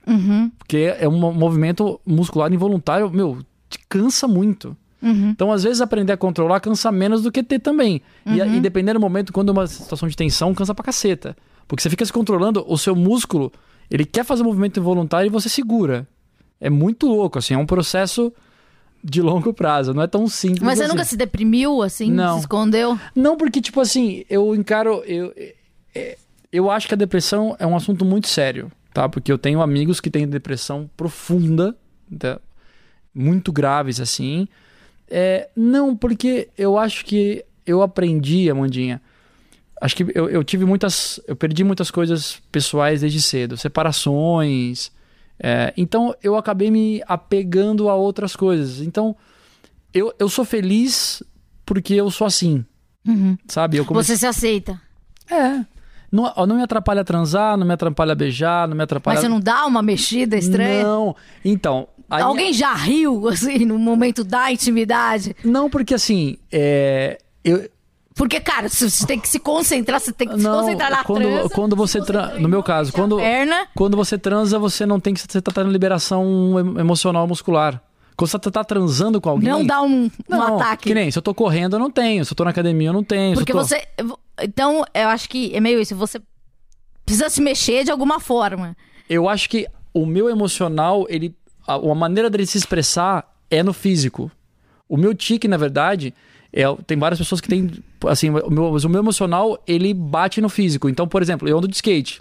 Uhum. Porque é um movimento muscular involuntário, meu, te cansa muito. Uhum. Então, às vezes, aprender a controlar cansa menos do que ter também. Uhum. E, e dependendo do momento, quando é uma situação de tensão, cansa pra caceta. Porque você fica se controlando, o seu músculo, ele quer fazer um movimento involuntário e você segura. É muito louco, assim, é um processo de longo prazo, não é tão simples. Mas você assim. nunca se deprimiu, assim? Não. Se escondeu? Não, porque, tipo assim, eu encaro... Eu, eu, eu acho que a depressão é um assunto muito sério, tá? Porque eu tenho amigos que têm depressão profunda, tá? Muito graves, assim. É, não, porque eu acho que eu aprendi, Amandinha. Acho que eu, eu tive muitas... Eu perdi muitas coisas pessoais desde cedo. Separações... É, então eu acabei me apegando a outras coisas. Então eu, eu sou feliz porque eu sou assim, Uhum. sabe? Eu comecei... Você se aceita? É. Não, não me atrapalha transar, não me atrapalha beijar, não me atrapalha... Mas você não dá uma mexida estranha? Não. Então... Aí... Alguém já riu, assim, no momento da intimidade? Não, porque assim... É... Eu... Porque, cara, você tem que se concentrar, você tem que se Não, concentrar na quando, transa. quando você transa, no meu caso, quando, perna. quando você transa, você não tem que você tá tendo liberação em- emocional muscular. Quando você tá transando com alguém, Não dá um, um não, ataque. Que nem, se eu tô correndo, eu não tenho, se eu tô na academia, eu não tenho. Porque se eu tô... você... Então, eu acho que é meio isso, você precisa se mexer de alguma forma. Eu acho que o meu emocional, ele, a, a maneira dele se expressar é no físico. O meu tique, na verdade, é, tem várias pessoas que têm, assim, o meu, o meu emocional, ele bate no físico. Então, por exemplo, eu ando de skate.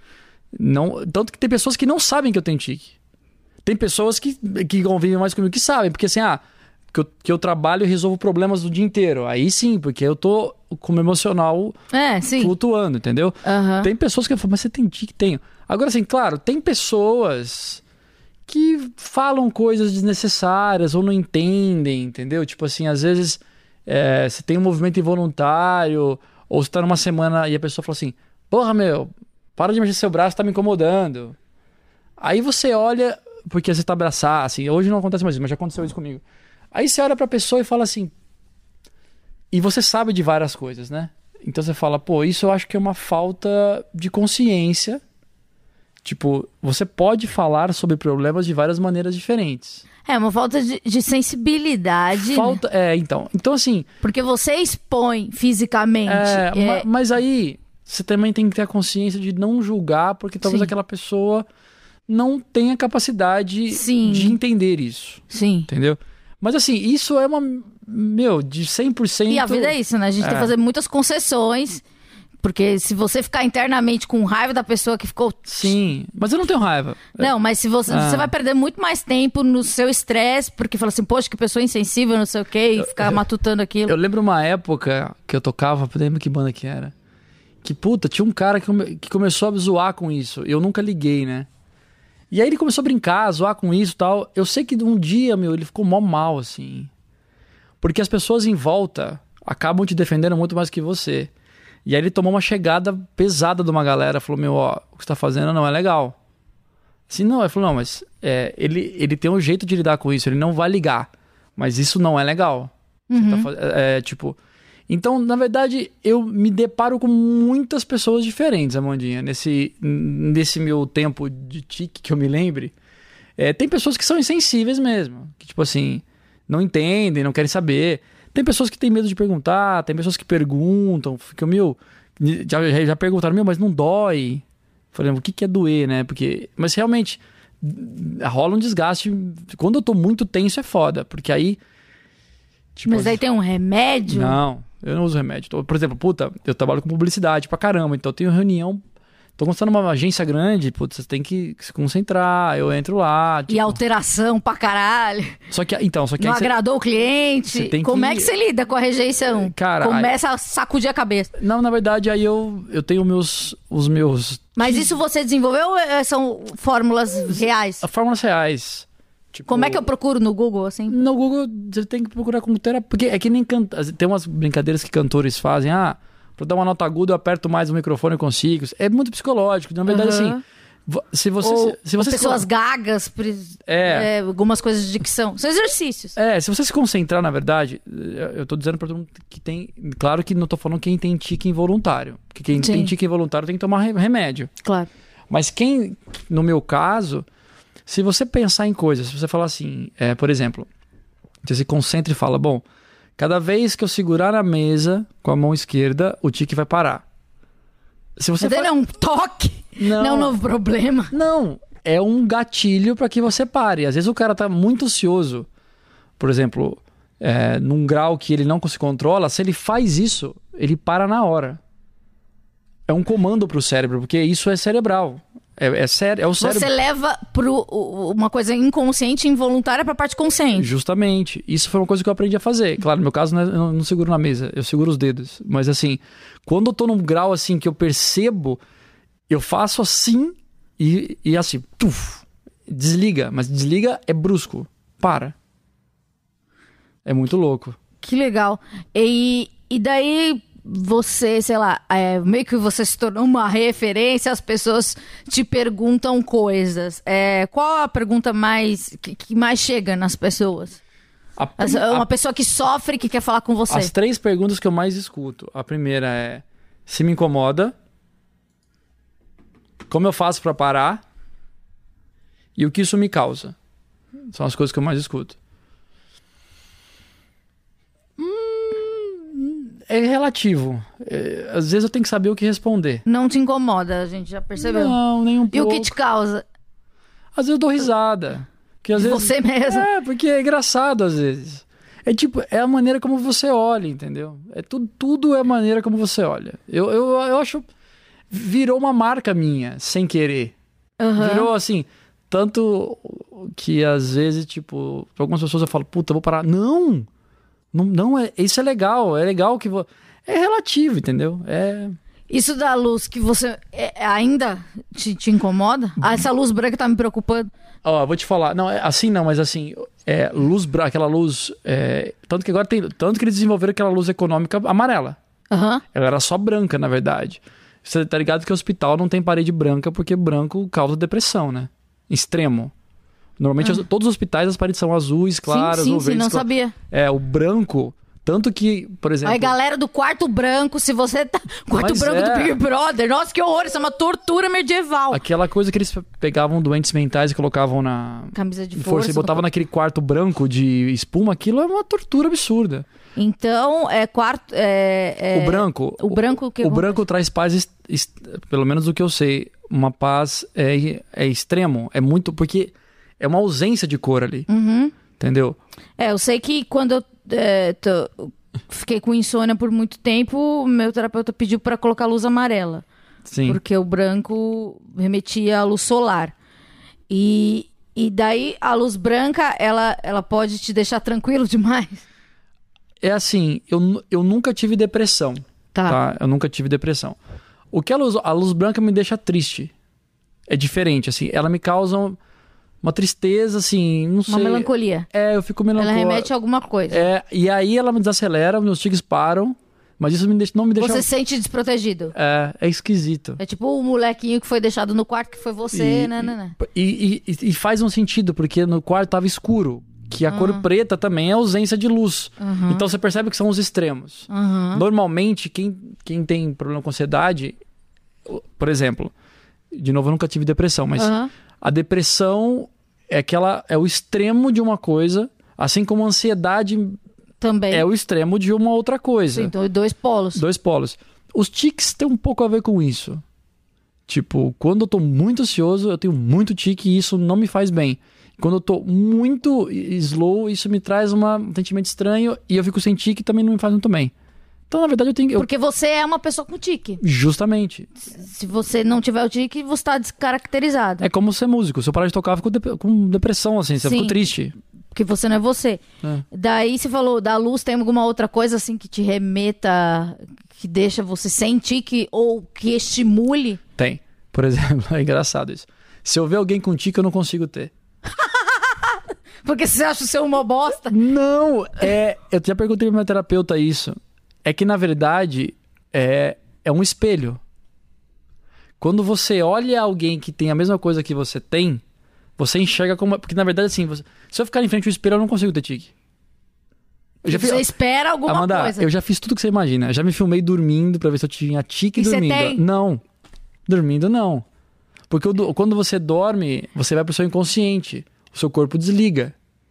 Não, tanto que tem pessoas que não sabem que eu tenho tique. Tem pessoas que, que convivem mais comigo que sabem, porque assim, ah, que eu, que eu trabalho e resolvo problemas do dia inteiro. Aí sim, porque eu tô com o meu emocional É, sim. flutuando, entendeu? Aham. Tem pessoas que falam, mas você tem tique? Tenho. Agora, assim, claro, tem pessoas que falam coisas desnecessárias ou não entendem, entendeu? Tipo assim, às vezes é, você tem um movimento involuntário ou você tá numa semana e a pessoa fala assim, porra, meu, para de mexer seu braço, tá me incomodando. Aí você olha, porque você tá abraçado, assim, hoje não acontece mais isso, mas já aconteceu isso comigo. Aí você olha pra pessoa e fala assim, e você sabe de várias coisas, né? Então você fala, pô, isso eu acho que é uma falta de consciência. Tipo, você pode falar sobre problemas de várias maneiras diferentes. É uma falta de, de sensibilidade. Falta, é, então. Então assim, Porque você expõe fisicamente. é, É, ma- mas aí você também tem que ter a consciência de não julgar, porque talvez Sim. aquela pessoa não tenha capacidade Sim. de entender isso, Sim. entendeu? Mas assim, isso é uma, meu, de cem por cento... E a vida é isso, né? A gente tem É. que fazer muitas concessões. Porque se você ficar internamente com raiva da pessoa que ficou... Sim, mas eu não tenho raiva. Não, mas se você, Ah. você vai perder muito mais tempo no seu estresse, porque fala assim, poxa, que pessoa insensível, não sei o quê, e ficar matutando aquilo. Eu lembro uma época que eu tocava, não lembro que banda que era. Que, puta, tinha um cara que, come- que começou a zoar com isso. Eu nunca liguei, né? E aí ele começou a brincar, zoar com isso e tal. Eu sei que um dia, meu, ele ficou mó mal, assim. Porque as pessoas em volta acabam te defendendo muito mais que você. E aí ele tomou uma chegada pesada de uma galera. Falou, meu, ó, o que você tá fazendo não é legal. Assim, não, ele falou, não, mas é, ele, ele tem um jeito de lidar com isso. Ele não vai ligar. Mas isso não é legal. Você tá faz- é, é, tipo... Então, na verdade, eu me deparo com muitas pessoas diferentes, Amandinha, nesse, nesse meu tempo de tique que eu me lembre. É, tem pessoas que são insensíveis mesmo, que tipo assim, não entendem, não querem saber. Tem pessoas que têm medo de perguntar, tem pessoas que perguntam, ficam, meu, já, já- já perguntaram, meu, mas não dói? Falei, o que que é doer, né? Porque, mas realmente, rola um desgaste. Quando eu tô muito tenso é foda, porque aí... tipo, Mas aí tem um remédio? não, eu não uso remédio. Tô- Por exemplo, puta, eu trabalho com publicidade pra caramba, então eu tenho reunião. Tô começando numa agência grande, putz, você tem que se concentrar, eu entro lá. E tipo- alteração pra caralho. Só que, então, só que Não aí você- agradou o cliente. você tem Como que- é que você lida com a rejeição? Cara, Começa a sacudir a cabeça. Não, na verdade, aí eu, eu tenho meus, os meus... Mas isso você desenvolveu ou é- são fórmulas reais? Fórmulas reais. Tipo, Como é que eu procuro no Google, assim? No Google, você tem que procurar como terapia. Porque é que nem canta. Tem umas brincadeiras que cantores fazem. Ah, pra dar uma nota aguda, eu aperto mais o microfone e consigo. É muito psicológico. Na verdade, Aham. assim. vo- Se você. Ou, se ou você se pessoas con- gagas, pres- É. é, algumas coisas de dicção. São exercícios. É, se você se concentrar, na verdade, eu eu tô dizendo pra todo mundo que tem. Claro que não tô falando quem tem tique involuntário. Porque quem Sim. tem tique involuntário tem que tomar re- remédio. Claro. Mas quem, no meu caso, se você pensar em coisas, se você falar assim, é, por exemplo, você se concentra e fala, bom, cada vez que eu segurar na mesa com a mão esquerda, o tique vai parar. Se você Mas fa... não é um toque, não. não é um novo problema. Não, é um gatilho para que você pare. Às vezes o cara tá muito ansioso, por exemplo, é, num grau que ele não se controla, se ele faz isso, ele para na hora. É um comando pro cérebro, porque isso é cerebral. É, é, cére é o cérebro. Você leva pro, uma coisa inconsciente, involuntária, pra parte consciente. Justamente. Isso foi uma coisa que eu aprendi a fazer. Claro, no meu caso, eu não, não seguro na mesa, eu seguro os dedos. Mas assim, quando eu tô num grau assim que eu percebo, eu faço assim e, e assim, tuf, desliga. Mas desliga é brusco. Para. É muito louco. Que legal. E, e daí... Você, sei lá, é, meio que você se tornou uma referência, as pessoas te perguntam coisas. É, qual a pergunta mais que, que mais chega nas pessoas? A, As, uma a, pessoa que sofre, que quer falar com você. As três perguntas que eu mais escuto. A primeira é: se me incomoda? Como eu faço pra parar? E o que isso me causa? São as coisas que eu mais escuto. É relativo. É, às vezes eu tenho que saber o que responder. Não te incomoda, a gente já percebeu. Não, nem um pouco. E o que te causa? Às vezes eu dou risada. Que às vezes... Você mesmo? É, porque é engraçado às vezes. É tipo, é a maneira como você olha, entendeu? É tudo, tudo é a maneira como você olha. Eu, eu, eu acho... Virou uma marca minha, sem querer. Uhum. Virou assim... Tanto que às vezes, tipo... Pra algumas pessoas eu falo, puta, vou parar. Não! Não, não é, isso é legal, é legal que... Vo... É relativo, entendeu? É... Isso da luz que você é, ainda te, te incomoda? Ah, essa luz branca tá me preocupando. Ó, vou te falar, não, é assim não, mas assim, é, luz branca, aquela luz... É, tanto que agora tem... Tanto que eles desenvolveram aquela luz econômica amarela. Uhum. Ela era só branca, na verdade. Você tá ligado que o hospital não tem parede branca porque branco causa depressão, né? Extremo. Normalmente, ah. todos os hospitais, as paredes são azuis, claras, sim, sim, ou verdes. Sim, não cl... sabia. É, o branco... Tanto que, por exemplo... Aí, galera do quarto branco, se você tá... Quarto Mas branco é. do Big Brother. Nossa, que horror. Isso é uma tortura medieval. Aquela coisa que eles pegavam doentes mentais e colocavam na... Camisa de força. força e botavam naquele quarto branco de espuma. Aquilo é uma tortura absurda. Então, é quarto... É, é... O branco... O branco... que O branco traz paz, est... Est... pelo menos do que eu sei. Uma paz é, é extremo. É muito... Porque... É uma ausência de cor ali. Uhum. Entendeu? É, eu sei que quando eu é, tô, fiquei com insônia por muito tempo, meu terapeuta pediu pra colocar luz amarela. Sim. Porque o branco remetia à luz solar. E, e daí a luz branca, ela, ela pode te deixar tranquilo demais? É assim, eu, eu nunca tive depressão. Tá. tá. Eu nunca tive depressão. O que a luz, a luz branca me deixa triste. É diferente, assim. Ela me causa... Uma tristeza, assim, não sei. Uma melancolia. É, eu fico melancólico. Ela remete a alguma coisa. É, e aí ela me desacelera, meus tiques param, mas isso me deixa, não me deixa... Você se sente desprotegido. É, é esquisito. É tipo o molequinho que foi deixado no quarto, que foi você, e, né, né, né. E, e, e faz um sentido, porque no quarto tava escuro, que a uhum. cor preta também é ausência de luz. Uhum. Então você percebe que são os extremos. Uhum. Normalmente, quem, quem tem problema com ansiedade, por exemplo, de novo, eu nunca tive depressão, mas uhum. a depressão... É, que ela é o extremo de uma coisa, assim como a ansiedade também é o extremo de uma outra coisa. Sim, então, dois polos. Dois polos. Os tiques têm um pouco a ver com isso. Tipo, quando eu tô muito ansioso, eu tenho muito tique e isso não me faz bem. Quando eu tô muito slow, isso me traz uma, um sentimento estranho e eu fico sem tique e também não me faz muito bem. Então, na verdade, eu tenho... Eu... Porque você é uma pessoa com tique. Justamente. Se você não tiver o tique, você tá descaracterizado. É como ser músico. Se eu parar de tocar, eu fico dep... com depressão, assim. Você fica triste. Porque você não é você. É. Daí você falou, da luz, tem alguma outra coisa, assim, que te remeta, que deixa você sem tique ou que estimule? Tem. Por exemplo, é engraçado isso. Se eu ver alguém com tique, eu não consigo ter. Porque você acha o seu uma bosta? Não, é... Eu já perguntei pro meu terapeuta isso. É que, na verdade, é, é um espelho. Quando você olha alguém que tem a mesma coisa que você tem, você enxerga como... Porque, na verdade, assim, você, se eu ficar em frente ao espelho, eu não consigo ter tique. Eu já você fiz, espera alguma Amanda, coisa. Eu já fiz tudo que você imagina. Eu já me filmei dormindo pra ver se eu tinha tique e dormindo. Você tem? Não. Dormindo, não. Porque o- quando você dorme, você vai pro seu inconsciente. O seu corpo desliga.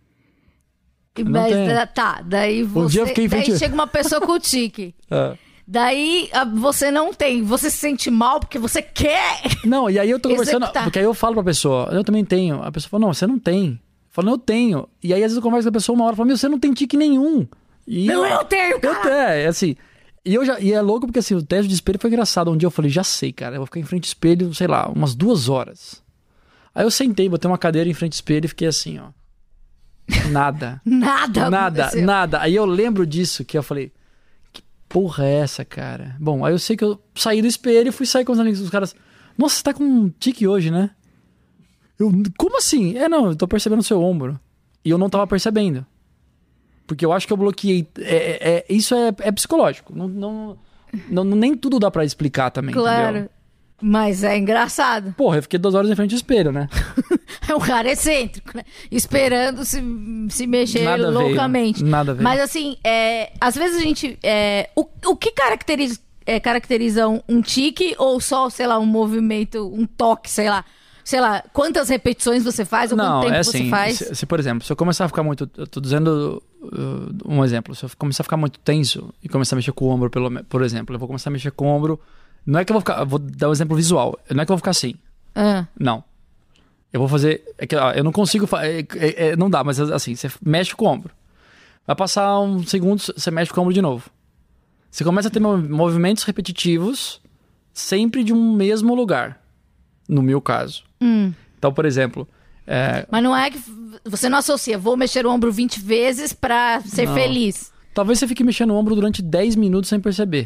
E- Não Mas tem. da- tá, daí você. dia eu fiquei em daí frente- chega uma pessoa com tique. É. Daí a- você não tem. Você se sente mal porque você quer. Não, e aí eu tô conversando... Executar. Porque aí eu falo pra pessoa, eu também tenho. A pessoa fala, não, você não tem. Eu falo, não, eu tenho. E aí às vezes eu converso com a pessoa uma hora e falo, meu, você não tem tique nenhum. E Não, eu tenho, Eu cara. tenho, é assim... E, eu já, e é louco porque assim, o teste de espelho foi engraçado. Um dia eu falei, já sei, cara, eu vou ficar em frente ao espelho, sei lá, umas duas horas. Aí eu sentei, botei uma cadeira em frente ao espelho e fiquei assim, ó. Nada. Nada. Nada, aconteceu. nada. Aí eu lembro disso, que eu falei, que porra é essa, cara? Bom, aí eu sei que eu saí do espelho e fui sair com os amigos. Os caras, nossa, você tá com um tique hoje, né? Eu, como assim? É, não, eu tô percebendo o seu ombro. E eu não tava percebendo. Porque eu acho que eu bloqueei. É, é- é- isso é, é psicológico. Não, não, não- nem tudo dá pra explicar também, Claro. entendeu? Mas é engraçado. Porra, eu fiquei duas horas em frente ao espelho, né? É um cara excêntrico, né? Esperando se, se mexer Nada veio, loucamente. nada veio. Mas assim, é, às vezes a gente. É, o, o que caracteriza, é, caracteriza um, um tique ou só, sei lá, um movimento, um toque, sei lá. Sei lá, quantas repetições você faz ou Não, quanto tempo é você assim, faz? se, se, por exemplo, se eu começar a ficar muito, eu tô dizendo uh, um exemplo, se eu começar a ficar muito tenso e começar a mexer com o ombro, pelo, me- por exemplo, eu vou começar a mexer com o ombro, não é que eu vou ficar, eu vou dar um exemplo visual, não é que eu vou ficar assim, Ah, não. Eu vou fazer, é que, ó, eu não consigo, fa- é- é- é- não dá, mas assim, você mexe com o ombro, vai passar uns segundos, você mexe com o ombro de novo. Você começa a ter mov- movimentos repetitivos, sempre de um mesmo lugar, no meu caso. hum. Então, por exemplo, é, Mas não é que você não associa, vou mexer o ombro vinte vezes pra ser Não. feliz. talvez você fique mexendo o ombro durante dez minutos sem perceber.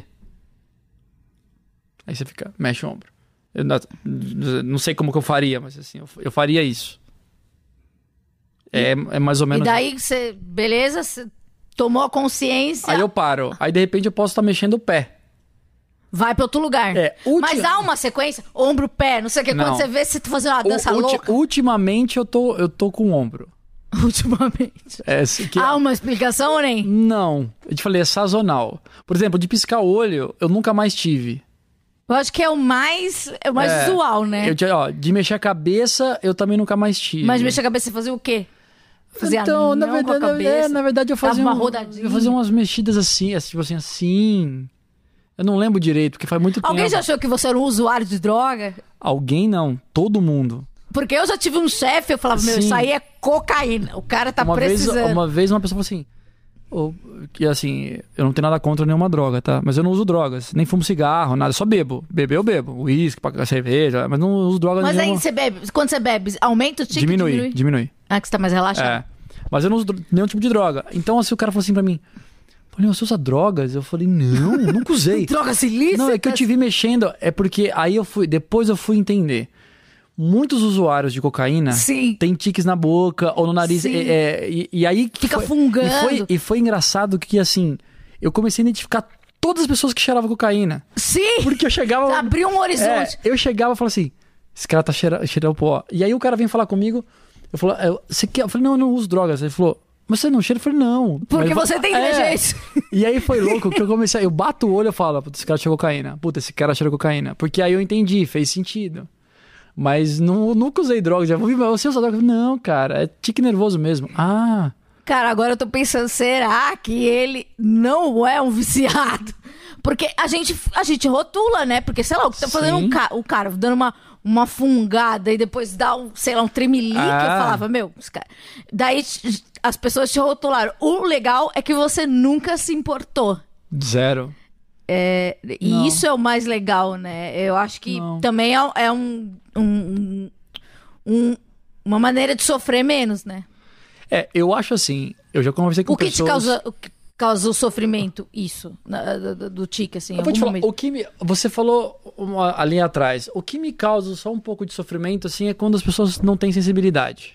Aí você fica, mexe o ombro. Eu não, não sei como que eu faria, mas assim, eu, eu faria isso. É, é mais ou E menos. daí você, beleza, você tomou a consciência, Aí eu paro. Aí de repente eu posso estar mexendo o pé. vai pra outro lugar. É, ulti- Mas há uma sequência, ombro, pé, não sei o que. Quando Não. você vê, você tá fazendo uma dança U- ulti- louca. Ultimamente eu tô, eu tô com o ombro. Ultimamente. É, se- que- Há uma explicação, nem? Não. Eu te falei, é sazonal. Por exemplo, de piscar o olho, eu nunca mais tive. Eu acho que é o mais, é o mais É, usual, né? Eu, te- ó, de mexer a cabeça, eu também nunca mais tive. Mas mexer a cabeça e fazer o quê? Fazer Então, na anão com a verdade, cabeça. é, na verdade eu Dava fazia, uma um- rodadinha. eu fazia umas mexidas assim, assim, tipo assim, assim. Eu não lembro direito, porque faz muito Alguém tempo. já achou que você era um usuário de droga? Alguém não, todo mundo. Porque eu já tive um chefe, eu falava, meu, Sim. isso aí é cocaína. O cara tá uma, vez, precisando. uma vez uma pessoa falou assim, ô, que assim, eu não tenho nada contra nenhuma droga, tá? Mas eu não uso drogas, nem fumo cigarro, nada, só bebo. Beber eu bebo, uísque, pa- cerveja, mas não uso droga Mas aí nenhuma. você bebe, quando você bebe, aumenta o tique? Diminui, diminui. Ah, que você tá mais relaxado. É. Mas eu não uso dro- nenhum tipo de droga. Então, assim, o cara falou assim pra mim, falei, você usa drogas? Eu falei, não, nunca usei. Drogas ilícitas? Não, é que eu te vi mexendo, é porque aí eu fui, depois eu fui entender. Muitos usuários de cocaína Sim. têm tiques na boca ou no nariz. Sim. é, é, e, e aí que Fica foi- fungando. E foi, e foi engraçado que, assim, eu comecei a identificar todas as pessoas que cheiravam cocaína. Sim! Porque eu chegava. Abriu um horizonte. É, eu chegava e falava assim: esse cara tá cheira- cheirando pó. E aí o cara vem falar comigo. Eu, falo, eu, você quer? Eu falei, não, eu não uso drogas. Ele falou, mas você não cheira? Eu falei, não. Porque Mas- você tem é. inteligência. E aí foi louco que eu comecei. Eu bato o olho e falo, puta, esse cara cheirou cocaína. Puta, esse cara cheirou cocaína. Porque aí eu entendi, fez sentido. Mas não, nunca usei drogas. Já vou, você usa drogas? Não, cara, é tique nervoso mesmo. Ah. Cara, agora eu tô pensando, será que ele não é um viciado? Porque a gente, a gente rotula, né? Porque, sei lá, o que tá fazendo Sim. um ca- o cara dando uma, uma fungada e depois dá um, sei lá, um tremelique. Ah. Eu falava, meu, esse cara... Daí t- as pessoas te rotularam. O legal é que você nunca se importou. Zero. É, e Não. isso é o mais legal, né? Eu acho que Não. também é, é um, um- um- uma maneira de sofrer menos, né? É, eu acho assim. Eu já conversei com O que pessoas. te causa, o que causa o sofrimento, isso, na- do, do- do tique, assim, em Eu vou te algum falar, momento? o que me, você falou uma, ali atrás, o que me causa só um pouco de sofrimento, assim, é quando as pessoas não têm sensibilidade.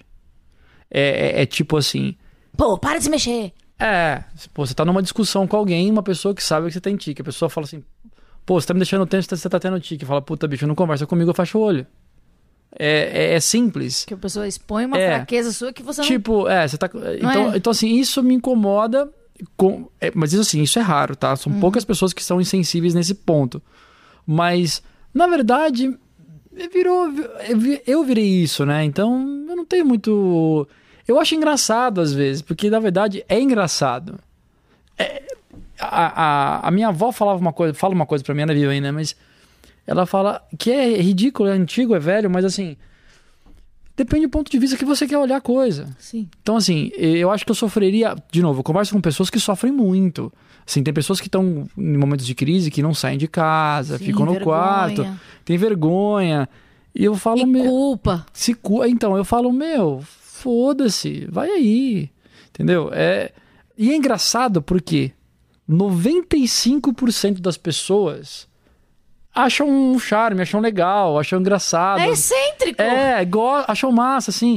É, é- é tipo assim, Pô, para de se mexer. é, pô, você tá numa discussão com alguém, uma pessoa que sabe que você tem tique, a pessoa fala assim, pô, você tá me deixando tenso, você tá tendo tique, fala, puta, bicho, não conversa comigo, eu fecho o olho. É, é, é simples. Que a pessoa expõe uma É. fraqueza sua que você não... Tipo, é, você tá. Então, é? então assim, isso me incomoda. Com, é, mas isso assim, isso é raro, tá? Uhum. São poucas pessoas que são insensíveis nesse ponto. Mas, na verdade, virou... Eu virei isso, né? Então, eu não tenho muito... Eu acho engraçado, às vezes, porque, na verdade, é engraçado. É... A, a, a minha avó falava uma coisa, fala uma coisa pra mim, ela vive ainda, né? Mas ela fala que é ridículo, é antigo, é velho, mas assim, depende do ponto de vista que você quer olhar a coisa. Sim. Então assim, eu acho que eu sofreria, de novo, eu converso com pessoas que sofrem muito. Assim, tem pessoas que estão em momentos de crise que não saem de casa, Sim, ficam no vergonha. quarto, tem vergonha. E eu falo, E meu, culpa. se cu... Então, eu falo, meu, foda-se, vai aí. Entendeu? É... E é engraçado porque noventa e cinco por cento das pessoas acham um charme, acham legal, acham engraçado. É excêntrico. É, go... acham massa, assim.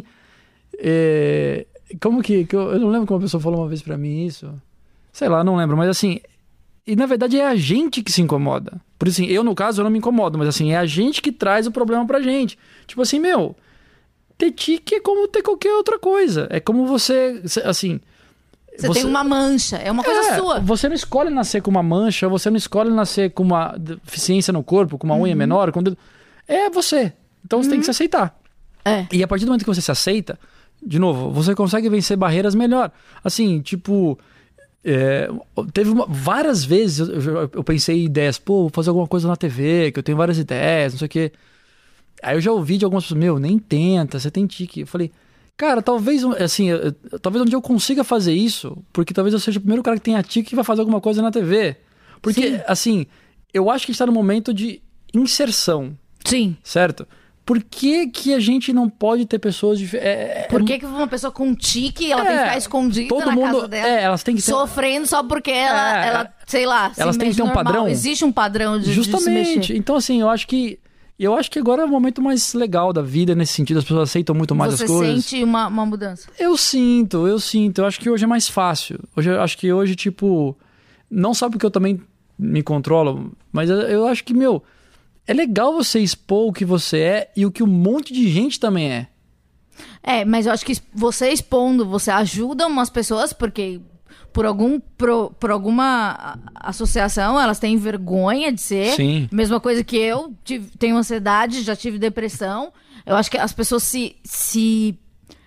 É... Como que, que eu... eu não lembro como a pessoa falou uma vez pra mim isso. Sei lá, não lembro, mas assim... E na verdade é a gente que se incomoda. Por isso, assim, eu no caso eu não me incomodo, mas assim, é a gente que traz o problema pra gente. Tipo assim, meu, ter tique é como ter qualquer outra coisa. É como você, assim... Você, você tem uma mancha, é uma coisa é, sua. Você não escolhe nascer com uma mancha, você não escolhe nascer com uma deficiência no corpo, com uma uhum. unha menor, com... é você. Então você uhum. tem que se aceitar. É. E a partir do momento que você se aceita, de novo, você consegue vencer barreiras melhor. Assim, tipo... É, teve uma, várias vezes eu, eu pensei em ideias, pô, vou fazer alguma coisa na T V, que eu tenho várias ideias, não sei o quê. Aí eu já ouvi de algumas pessoas, meu, nem tenta, você tem tique. Eu falei, cara, talvez, assim, eu, talvez um dia eu consiga fazer isso, porque talvez eu seja o primeiro cara que tenha tique que vai fazer alguma coisa na T V. Porque, Sim. assim, eu acho que está no momento de inserção. Sim. Certo? Por que, que a gente não pode ter pessoas... De, é, Por que, que uma pessoa com tique, ela é, tem que ficar escondida todo na mundo, casa dela? É, elas têm que ter... Sofrendo só porque ela, é, ela sei lá, elas se têm que ter um normal. padrão. Existe um padrão de, Justamente. de se mexer. Então, assim, eu acho que... Eu acho que agora é o momento mais legal da vida, nesse sentido. As pessoas aceitam muito mais Você as coisas. Você sente uma, uma mudança? Eu sinto, eu sinto. Eu acho que hoje é mais fácil. Hoje, eu acho que hoje, tipo... Não só porque eu também me controlo, mas eu, eu acho que, meu... É legal você expor o que você é e o que um monte de gente também é. É, mas eu acho que você expondo, você ajuda umas pessoas, porque por, algum, por, por alguma associação elas têm vergonha de ser. Sim. Mesma coisa que eu, tive, tenho ansiedade, já tive depressão. Eu acho que as pessoas se, se,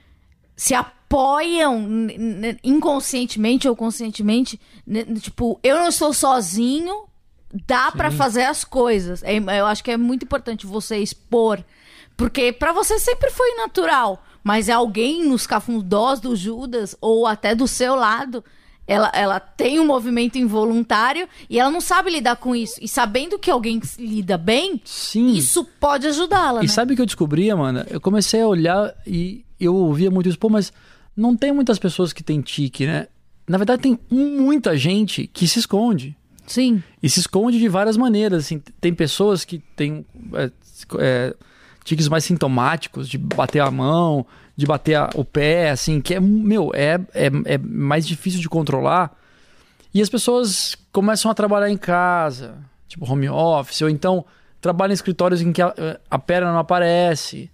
se apoiam inconscientemente ou conscientemente. Tipo, eu não estou sozinho... Dá pra fazer as coisas. Eu acho que é muito importante você expor. Porque pra você sempre foi natural. Mas é alguém nos cafundós do Judas, ou até do seu lado, ela, ela tem um movimento involuntário e ela não sabe lidar com isso. E sabendo que alguém lida bem, Sim. isso pode ajudá-la. E né? sabe o que eu descobri, Amanda? Eu comecei a olhar e eu ouvia muito isso. Pô, mas não tem muitas pessoas que têm tique, né? Na verdade, tem muita gente que se esconde. Sim. E se esconde de várias maneiras. Assim, tem pessoas que têm é, é, tiques mais sintomáticos, de bater a mão, de bater a, o pé, assim, que é, meu, é, é, é mais difícil de controlar. E as pessoas começam a trabalhar em casa, tipo home office, ou então trabalham em escritórios em que a, a perna não aparece.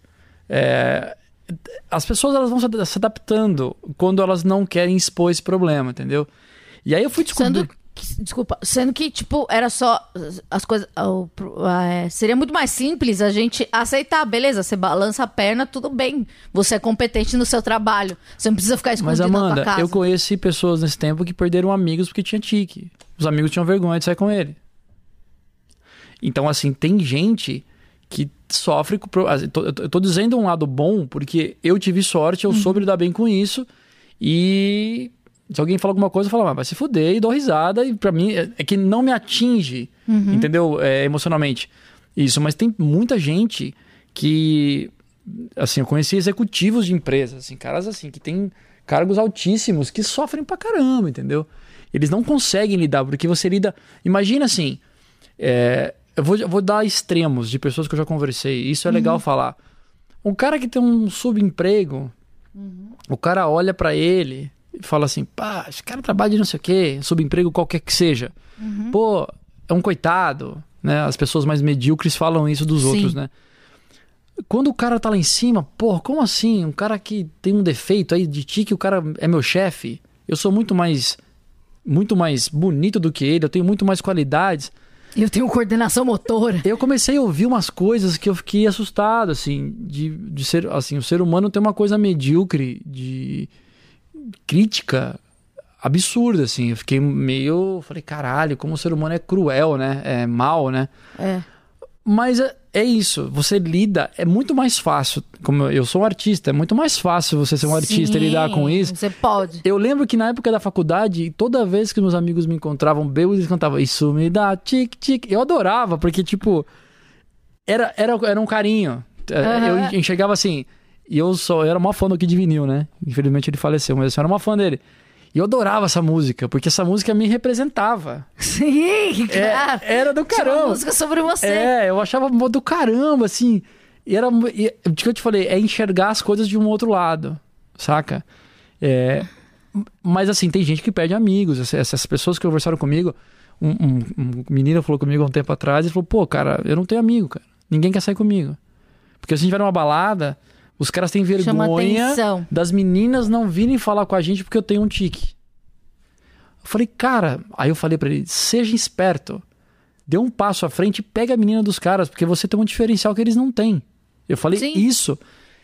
É, as pessoas elas vão se adaptando quando elas não querem expor esse problema, entendeu? E aí eu fui descobrir... Sendo... Desculpa, sendo que, tipo, era só as coisas... Uh, uh, seria muito mais simples a gente aceitar, beleza, você balança a perna, tudo bem. Você é competente no seu trabalho. Você não precisa ficar escondido. Mas, Amanda, na tua casa. Eu conheci pessoas nesse tempo que perderam amigos porque tinha tique. Os amigos tinham vergonha de sair com ele. Então, assim, tem gente que sofre com... Eu tô, eu tô dizendo um lado bom porque eu tive sorte, eu uhum. soube lidar bem com isso e... Se alguém fala alguma coisa, eu falo, ah, vai se fuder e dou risada. E pra mim, é, é que não me atinge, uhum. entendeu? É, emocionalmente. Isso, mas tem muita gente que... Assim, eu conheci executivos de empresas, assim, caras assim, que têm cargos altíssimos, que sofrem pra caramba, entendeu? Eles não conseguem lidar, porque você lida... Imagina assim, é, eu, vou, eu vou dar extremos de pessoas que eu já conversei. Isso é uhum. legal falar. Um cara que tem um subemprego, uhum. o cara olha pra ele... fala assim, pá, esse cara trabalha de não sei o quê, subemprego qualquer que seja. Uhum. Pô, é um coitado, né? As pessoas mais medíocres falam isso dos Sim. outros, né? Quando o cara tá lá em cima, pô, como assim? Um cara que tem um defeito aí de tique, o cara é meu chefe, eu sou muito mais muito mais bonito do que ele, eu tenho muito mais qualidades. Eu tenho coordenação motora. Eu comecei a ouvir umas coisas que eu fiquei assustado, assim, de, de ser, assim, o ser humano tem uma coisa medíocre de crítica absurda, assim. Eu fiquei meio, falei, caralho, como o ser humano é cruel, né? É mal, né? É. Mas é, é isso, você lida, é muito mais fácil, como eu, eu sou um artista, é muito mais fácil você ser um artista e Sim, lidar com isso. Você pode. Eu lembro que na época da faculdade, toda vez que meus amigos me encontravam bêbados, eles cantavam isso me dá tic-tic. Eu adorava, porque, tipo, era, era, era um carinho. Uhum. Eu enxergava assim, e eu, só, eu era uma fã do Kid Vinil, né? Infelizmente ele faleceu, mas eu era uma fã dele. E eu adorava essa música, porque essa música me representava. Sim, claro. É, era do caramba. Tinha uma música sobre você. É, eu achava do caramba, assim. E era, e, o que eu te falei, é enxergar as coisas de um outro lado, saca? É, mas assim, tem gente que perde amigos. Essas pessoas que conversaram comigo, um, um, um menino falou comigo há um tempo atrás, e falou, pô, cara, eu não tenho amigo, cara. Ninguém quer sair comigo. Porque se a gente vai numa balada, os caras têm vergonha das meninas não virem falar com a gente porque eu tenho um tique. Eu falei, cara... Aí eu falei pra ele, seja esperto. Dê um passo à frente e pega a menina dos caras, porque você tem um diferencial que eles não têm. Eu falei Sim. isso.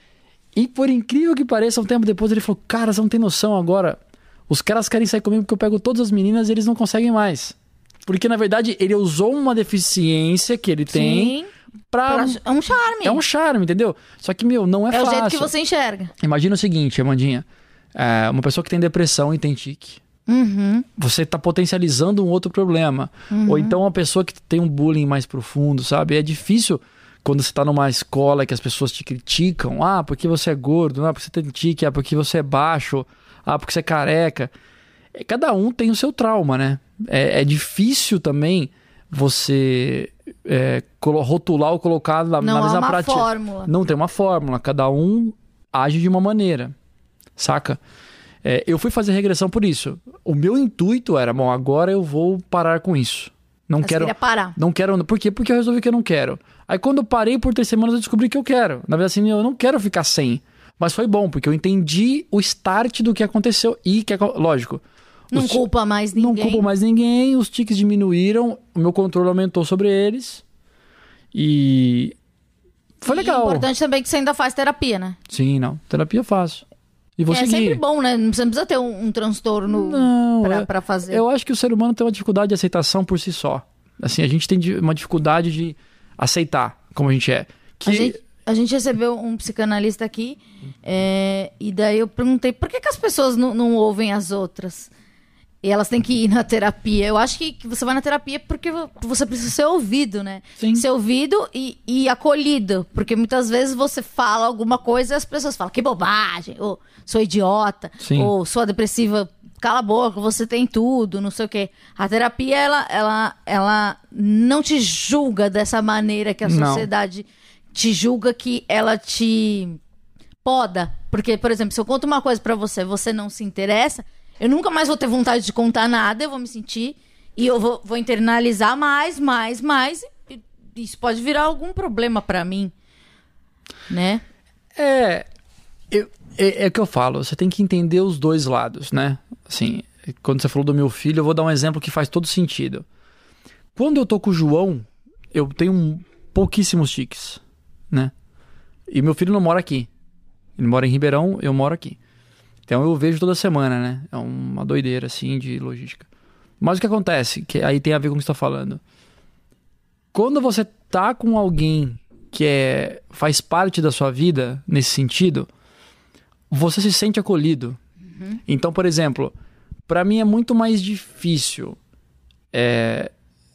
E por incrível que pareça, um tempo depois ele falou, cara, você não tem noção agora. Os caras querem sair comigo porque eu pego todas as meninas e eles não conseguem mais. Porque, na verdade, ele usou uma deficiência que ele tem... Sim. Pra... É um charme. É um charme, entendeu? Só que, meu, não é, é fácil. É o jeito que você enxerga. Imagina o seguinte, Amandinha. É uma pessoa que tem depressão e tem tique. Uhum. Você tá potencializando um outro problema. Uhum. Ou então uma pessoa que tem um bullying mais profundo, sabe? É difícil quando você tá numa escola que as pessoas te criticam. Ah, porque você é gordo. Ah, porque você tem tique. Ah, porque você é baixo. Ah, porque você é careca. Cada um tem o seu trauma, né? É, é difícil também você... É, rotular ou colocar na, não na mesma há uma prática. fórmula. Não tem uma fórmula. Cada um age de uma maneira. Saca? É, eu fui fazer regressão por isso. O meu intuito era, bom, agora eu vou parar com isso. Não Mas quero. queria parar. Não quero. Por quê? Porque eu resolvi que eu não quero. Aí quando eu parei por três semanas, eu descobri que eu quero. Na verdade, assim, eu não quero ficar sem. Mas foi bom, porque eu entendi o start do que aconteceu. E que, lógico. Não os, culpa mais ninguém. Não culpa mais ninguém. Os tiques diminuíram. O meu controle aumentou sobre eles. E foi legal. E importante também que você ainda faz terapia, né? Sim, não. Terapia eu faço. E vou é seguir. sempre bom, né? Você não precisa ter um, um transtorno não, pra, é, pra fazer. Eu acho que o ser humano tem uma dificuldade de aceitação por si só. Assim, a gente tem uma dificuldade de aceitar como a gente é. Que... A, gente, a gente recebeu um psicanalista aqui, é, e daí eu perguntei por que, que as pessoas não, não ouvem as outras? E elas têm que ir na terapia. Eu acho que, que você vai na terapia porque você precisa ser ouvido, né? Sim. Ser ouvido e, e acolhido. Porque muitas vezes você fala alguma coisa e as pessoas falam, que bobagem, ou sou idiota, Sim. ou sou depressiva, cala a boca, você tem tudo, não sei o quê. A terapia, ela, ela, ela não te julga dessa maneira que a Não. sociedade te julga, que ela te poda. Porque, por exemplo, se eu conto uma coisa pra você, você não se interessa... Eu nunca mais vou ter vontade de contar nada, eu vou me sentir e eu vou, vou internalizar mais, mais, mais. E isso pode virar algum problema pra mim, né? É, eu, é, é o que eu falo, você tem que entender os dois lados, né? Assim, quando você falou do meu filho, eu vou dar um exemplo que faz todo sentido. Quando eu tô com o João, eu tenho pouquíssimos tiques, né? E meu filho não mora aqui. Ele mora em Ribeirão, eu moro aqui. Então eu vejo toda semana, né? É uma doideira, assim, de logística. Mas o que acontece? Que aí tem a ver com o que você está falando. Quando você tá com alguém que é, faz parte da sua vida, nesse sentido, você se sente acolhido. Uhum. Então, por exemplo, para mim é muito mais difícil é,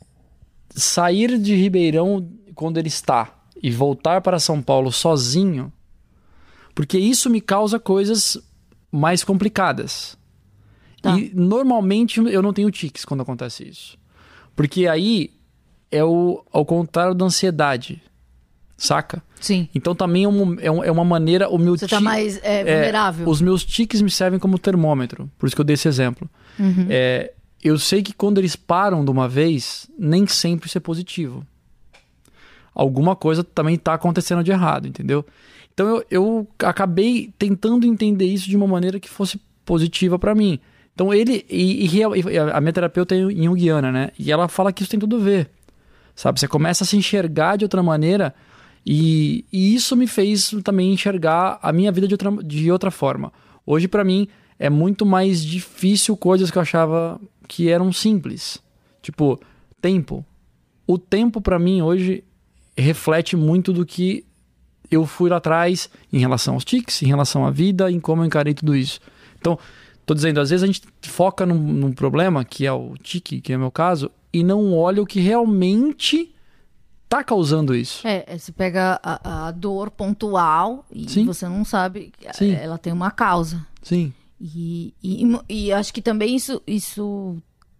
sair de Ribeirão quando ele está e voltar para São Paulo sozinho, porque isso me causa coisas... mais complicadas. Tá. E normalmente eu não tenho tiques quando acontece isso. Porque aí é o ao contrário da ansiedade. Saca? Sim. Então também é, um, é, um, é uma maneira... O meu Você tique, tá mais é, vulnerável. É, os meus tiques me servem como termômetro. Por isso que eu dei esse exemplo. Uhum. É, eu sei que quando eles param de uma vez, nem sempre isso é positivo. Alguma coisa também tá acontecendo de errado, entendeu? Então eu, eu acabei tentando entender isso de uma maneira que fosse positiva pra mim. Então ele... E, e a minha terapeuta é junguiana, né? E ela fala que isso tem tudo a ver. sabe? Você começa a se enxergar de outra maneira e, e isso me fez também enxergar a minha vida de outra, de outra forma. Hoje, pra mim, é muito mais difícil coisas que eu achava que eram simples. Tipo, tempo. O tempo, pra mim, hoje, reflete muito do que eu fui lá atrás em relação aos tics, em relação à vida, em como eu encarei tudo isso. Então, tô dizendo, às vezes a gente foca num, num problema, que é o tique, que é o meu caso, e não olha o que realmente tá causando isso. É, você pega a, a dor pontual e Sim. você não sabe, Sim. ela tem uma causa. Sim. E, e, e acho que também isso, isso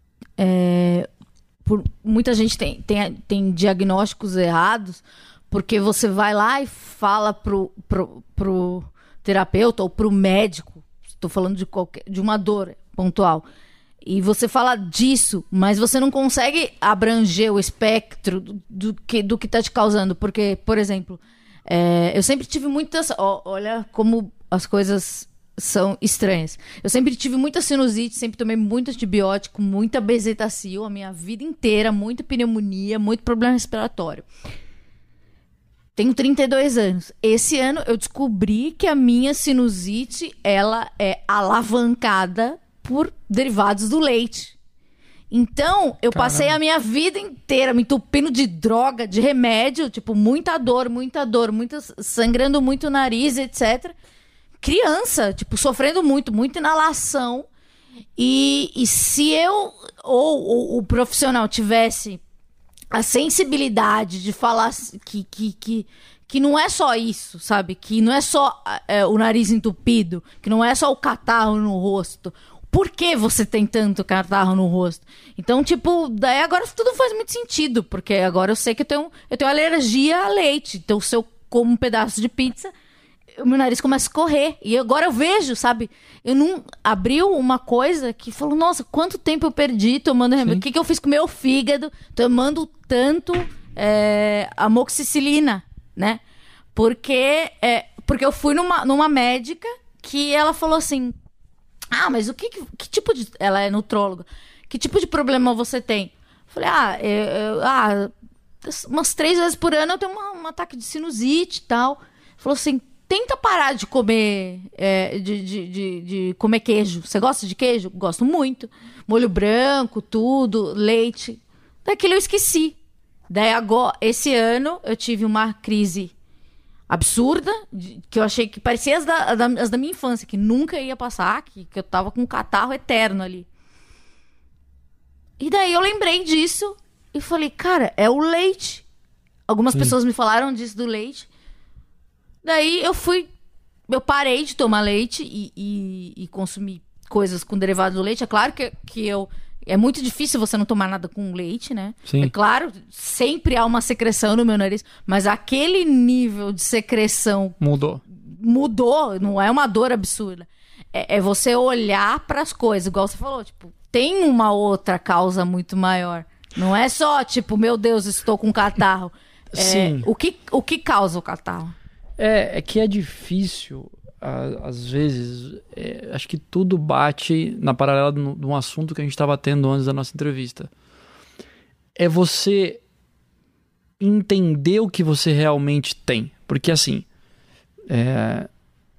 é, por, muita gente tem, tem, tem diagnósticos errados, porque você vai lá e fala pro, pro, pro terapeuta ou pro médico, estou falando de, qualquer, de uma dor pontual, e você fala disso, mas você não consegue abranger o espectro do, do, que, do que está te causando. Porque, por exemplo, é, eu sempre tive muitas... Ó, olha como as coisas são estranhas. Eu sempre tive muita sinusite, sempre tomei muito antibiótico, muita bezetacil a minha vida inteira, muita pneumonia, muito problema respiratório. Tenho trinta e dois anos. Esse ano eu descobri que a minha sinusite, ela é alavancada por derivados do leite. Então, eu Caramba. passei a minha vida inteira me entupindo de droga, de remédio, tipo, muita dor, muita dor, muita, sangrando muito o nariz, etcétera. Criança, tipo, sofrendo muito, muita inalação. E, e se eu, ou, ou o profissional tivesse a sensibilidade de falar que, que, que, que não é só isso, sabe? Que não é só é, o nariz entupido, que não é só o catarro no rosto. Por que você tem tanto catarro no rosto? Então, tipo, daí agora tudo faz muito sentido, porque agora eu sei que eu tenho, eu tenho alergia a leite. Então, se eu como um pedaço de pizza, o meu nariz começa a correr. E agora eu vejo, sabe? Eu não... Abriu uma coisa que falou, nossa, quanto tempo eu perdi tomando remédio. O que, que eu fiz com o meu fígado tomando tanto é, amoxicilina, né? Porque, é, porque eu fui numa, numa médica que ela falou assim... Ah, mas o que, que tipo de... Ela é nutróloga. Que tipo de problema você tem? Eu falei, ah, eu, eu, ah umas três vezes por ano eu tenho uma, um ataque de sinusite e tal. Falou assim, tenta parar de comer é, de, de, de, de comer queijo. Você gosta de queijo? Gosto muito. Molho branco, tudo, leite. Daquilo eu esqueci. Daí agora, esse ano, eu tive uma crise absurda, que eu achei que parecia as da, as da minha infância, que nunca ia passar, que, que eu tava com um catarro eterno ali. E daí eu lembrei disso e falei, cara, é o leite. Algumas Sim. pessoas me falaram disso do leite. Daí eu fui, eu parei de tomar leite e, e, e consumir coisas com derivados do leite. É claro que, que eu... É muito difícil você não tomar nada com leite, né? Sim. É claro, sempre há uma secreção no meu nariz, mas aquele nível de secreção... Mudou. Mudou, não é uma dor absurda. É, é você olhar para as coisas, igual você falou, tipo, tem uma outra causa muito maior. Não é só, tipo, meu Deus, estou com catarro. É, Sim. O que, o que causa o catarro? É, é que é difícil... Às vezes, é, acho que tudo bate na paralela de um assunto que a gente estava tendo antes da nossa entrevista. É você entender o que você realmente tem. Porque assim, é...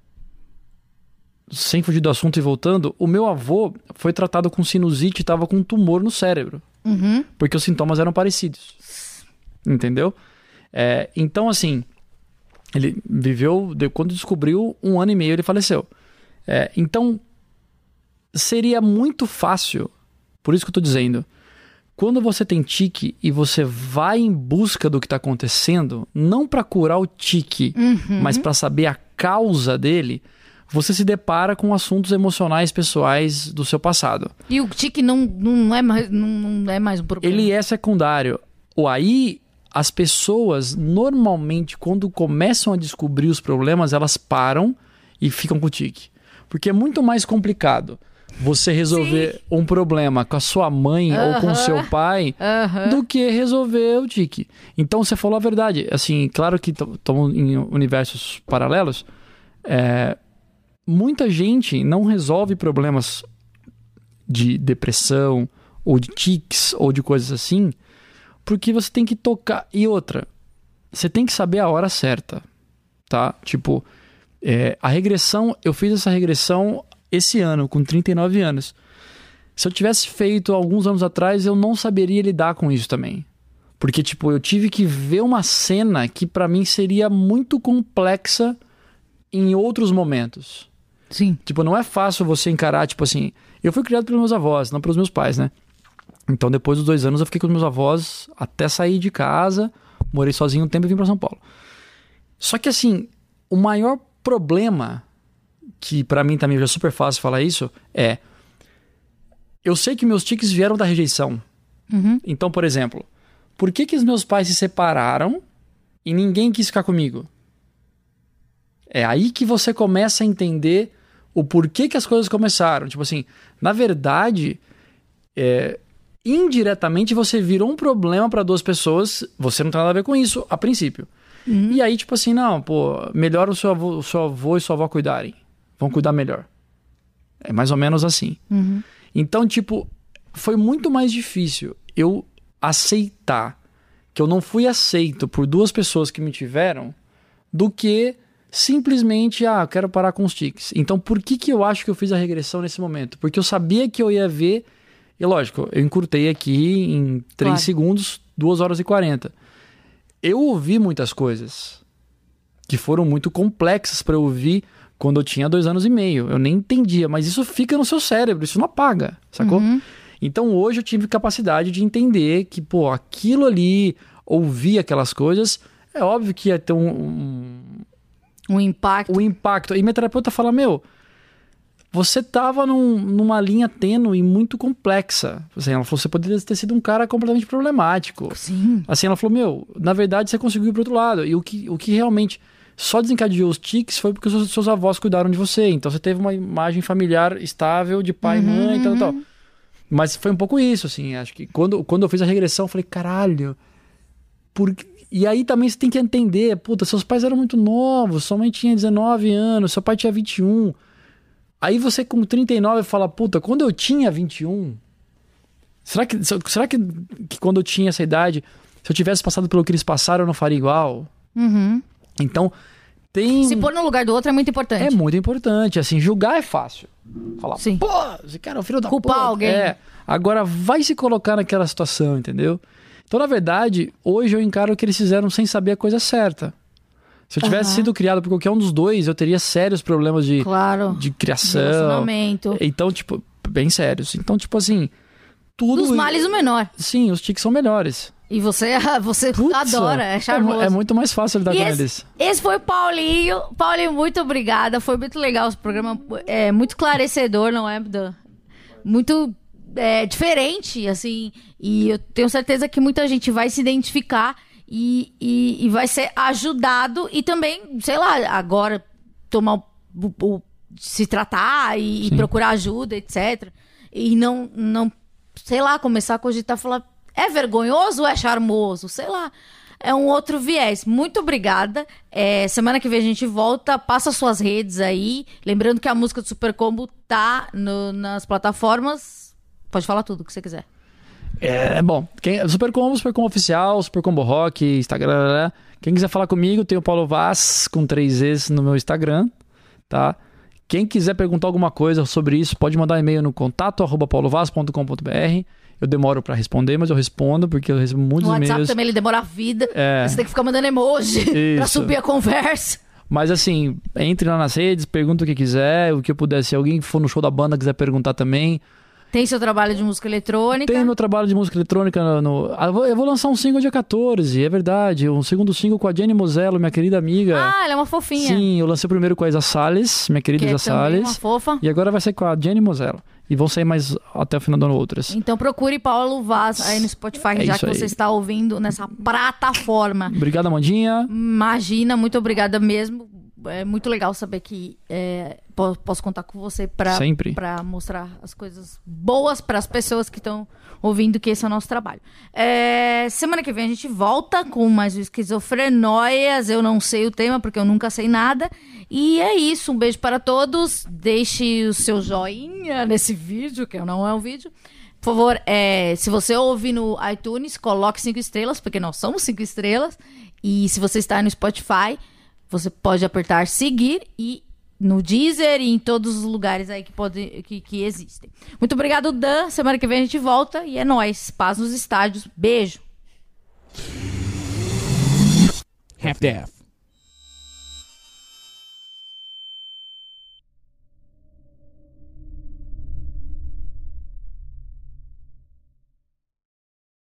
sem fugir do assunto e voltando, o meu avô foi tratado com sinusite e estava com um tumor no cérebro. Uhum. Porque os sintomas eram parecidos. Entendeu? É, então, assim... Ele viveu, quando descobriu, um ano e meio ele faleceu. É, então, seria muito fácil, por isso que eu estou dizendo, quando você tem tique e você vai em busca do que está acontecendo, não para curar o tique, uhum. mas para saber a causa dele, você se depara com assuntos emocionais pessoais do seu passado. E o tique não, não, é, mais, não, não é mais um problema? Ele é secundário. O aí... As pessoas, normalmente, quando começam a descobrir os problemas, elas param e ficam com o tique. Porque é muito mais complicado você resolver Sim. um problema com a sua mãe uh-huh. ou com o seu pai uh-huh. do que resolver o tique. Então, você falou a verdade. Assim, claro que estamos em universos paralelos. É, muita gente não resolve problemas de depressão ou de tiques ou de coisas assim porque você tem que tocar. E outra, você tem que saber a hora certa, tá? Tipo, é, a regressão, eu fiz essa regressão esse ano, com trinta e nove anos. Se eu tivesse feito alguns anos atrás, eu não saberia lidar com isso também. Porque, tipo, eu tive que ver uma cena que pra mim seria muito complexa em outros momentos. Sim. Tipo, não é fácil você encarar, tipo assim... Eu fui criado pelos meus avós, não pelos meus pais, né? Então, depois dos dois anos, eu fiquei com os meus avós até sair de casa. Morei sozinho um tempo e vim pra São Paulo. Só que, assim, o maior problema, que pra mim também já é super fácil falar isso, é... Eu sei que meus tiques vieram da rejeição. Uhum. Então, por exemplo, por que que os meus pais se separaram e ninguém quis ficar comigo? É aí que você começa a entender o porquê que as coisas começaram. Tipo assim, na verdade, é, indiretamente você virou um problema para duas pessoas, você não tem nada a ver com isso, a princípio. Uhum. E aí, tipo assim, não, pô, melhor o seu avô, o seu avô e sua avó cuidarem. Vão cuidar melhor. É mais ou menos assim. Uhum. Então, tipo, foi muito mais difícil eu aceitar que eu não fui aceito por duas pessoas que me tiveram do que simplesmente, ah, eu quero parar com os tiques. Então, por que que eu acho que eu fiz a regressão nesse momento? Porque eu sabia que eu ia ver, e lógico, eu encurtei aqui em três Claro. segundos, duas horas e quarenta. Eu ouvi muitas coisas que foram muito complexas para eu ouvir quando eu tinha dois anos e meio. Eu nem entendia, mas isso fica no seu cérebro, isso não apaga, sacou? Uhum. Então hoje eu tive capacidade de entender que, pô, aquilo ali, ouvir aquelas coisas, é óbvio que ia ter um, um, Um impacto. um impacto. E minha terapeuta fala, meu, você tava num, numa linha tênue e muito complexa. Assim, ela falou, você poderia ter sido um cara completamente problemático. Sim. Assim, ela falou, meu, na verdade você conseguiu ir pro outro lado. E o que, o que realmente só desencadeou os tiques foi porque os seus, seus avós cuidaram de você. Então você teve uma imagem familiar estável de pai e Uhum, mãe e tal, uhum. tal. Mas foi um pouco isso, assim. Acho que quando, quando eu fiz a regressão, eu falei, caralho. Por... E aí também você tem que entender, puta, seus pais eram muito novos, sua mãe tinha dezenove anos, seu pai tinha vinte e um. Aí você com trinta e nove fala, puta, quando eu tinha vinte e um, será que, será que, que quando eu tinha essa idade, se eu tivesse passado pelo que eles passaram, eu não faria igual? Uhum. Então, tem... Se pôr no lugar do outro é muito importante. É muito importante, assim, julgar é fácil. Falar, Sim. pô, esse cara é um filho da Culpar puta. alguém. É, agora vai se colocar naquela situação, entendeu? Então, na verdade, hoje eu encaro o que eles fizeram sem saber a coisa certa. Se eu tivesse Aham. sido criado por qualquer um dos dois, eu teria sérios problemas de, Claro. de criação. Relacionamento. Então, tipo, bem sérios. Então, tipo assim, tudo... Dos males o menor. Sim, os tiques são melhores. E você, você Putz, adora, é mu- charmoso. É muito mais fácil lidar E com esse, eles. esse foi o Paulinho. Paulinho, muito obrigada. Foi muito legal esse programa. É muito esclarecedor, não é? Da- Muito é, diferente, assim. E eu tenho certeza que muita gente vai se identificar e, e, e vai ser ajudado. E também, sei lá, agora tomar o, o- se tratar e, e Sim. procurar ajuda, etcétera. E não, não, sei lá, começar a cogitar, falar, é vergonhoso ou é charmoso? Sei lá. É um outro viés. Muito obrigada. É, semana que vem a gente volta. Passa suas redes aí. Lembrando que a música do Super Combo tá no- nas plataformas. Pode falar tudo o que você quiser. É, bom, quem, Super Combo, Super Combo Oficial, Super Combo Rock, Instagram. Quem quiser falar comigo, tem o Paulo Vaz com três Es no meu Instagram, tá? Quem quiser perguntar alguma coisa sobre isso, pode mandar um e-mail no contato arroba paulovaz ponto com ponto br. Eu demoro pra responder, mas eu respondo, porque eu recebo muitos No WhatsApp e-mails. também ele demora a vida. É. Você tem que ficar mandando emoji pra Isso. subir a conversa. Mas assim, entre lá nas redes, pergunta o que quiser, o que eu puder. Se alguém for no show da banda quiser perguntar também. Tem seu trabalho de música eletrônica. Tem meu trabalho de música eletrônica no... no- Ah, eu vou- eu vou lançar um single dia quatorze, é verdade. Um segundo single com a Jenny Mosello, minha querida amiga. Ah, ela é uma fofinha. Sim, eu lancei o primeiro com a Isa Salles, minha querida Que é Isa também uma Salles. fofa. E agora vai ser com a Jenny Mosello. E vão sair mais até o final do ano outras. Então procure Paulo Vaz aí no Spotify, É já isso que você aí. está ouvindo nessa plataforma. Obrigado, Amandinha. Imagina, muito obrigada mesmo. É muito legal saber que é, po- posso contar com você para Sempre. para mostrar as coisas boas para as pessoas que estão ouvindo, que esse é o nosso trabalho. É, semana que vem a gente volta com mais um Esquizofrenóias. Eu não sei o tema porque eu nunca sei nada. E é isso. Um beijo para todos. Deixe o seu joinha nesse vídeo, que não é um vídeo. Por favor, é, se você ouve no iTunes, coloque cinco estrelas, porque nós somos cinco estrelas. E se você está no Spotify, você pode apertar seguir e no Deezer e em todos os lugares aí que, pode, que, que existem. Muito obrigado, Dan. Semana que vem a gente volta e é nóis. Paz nos estádios. Beijo. Half-Death.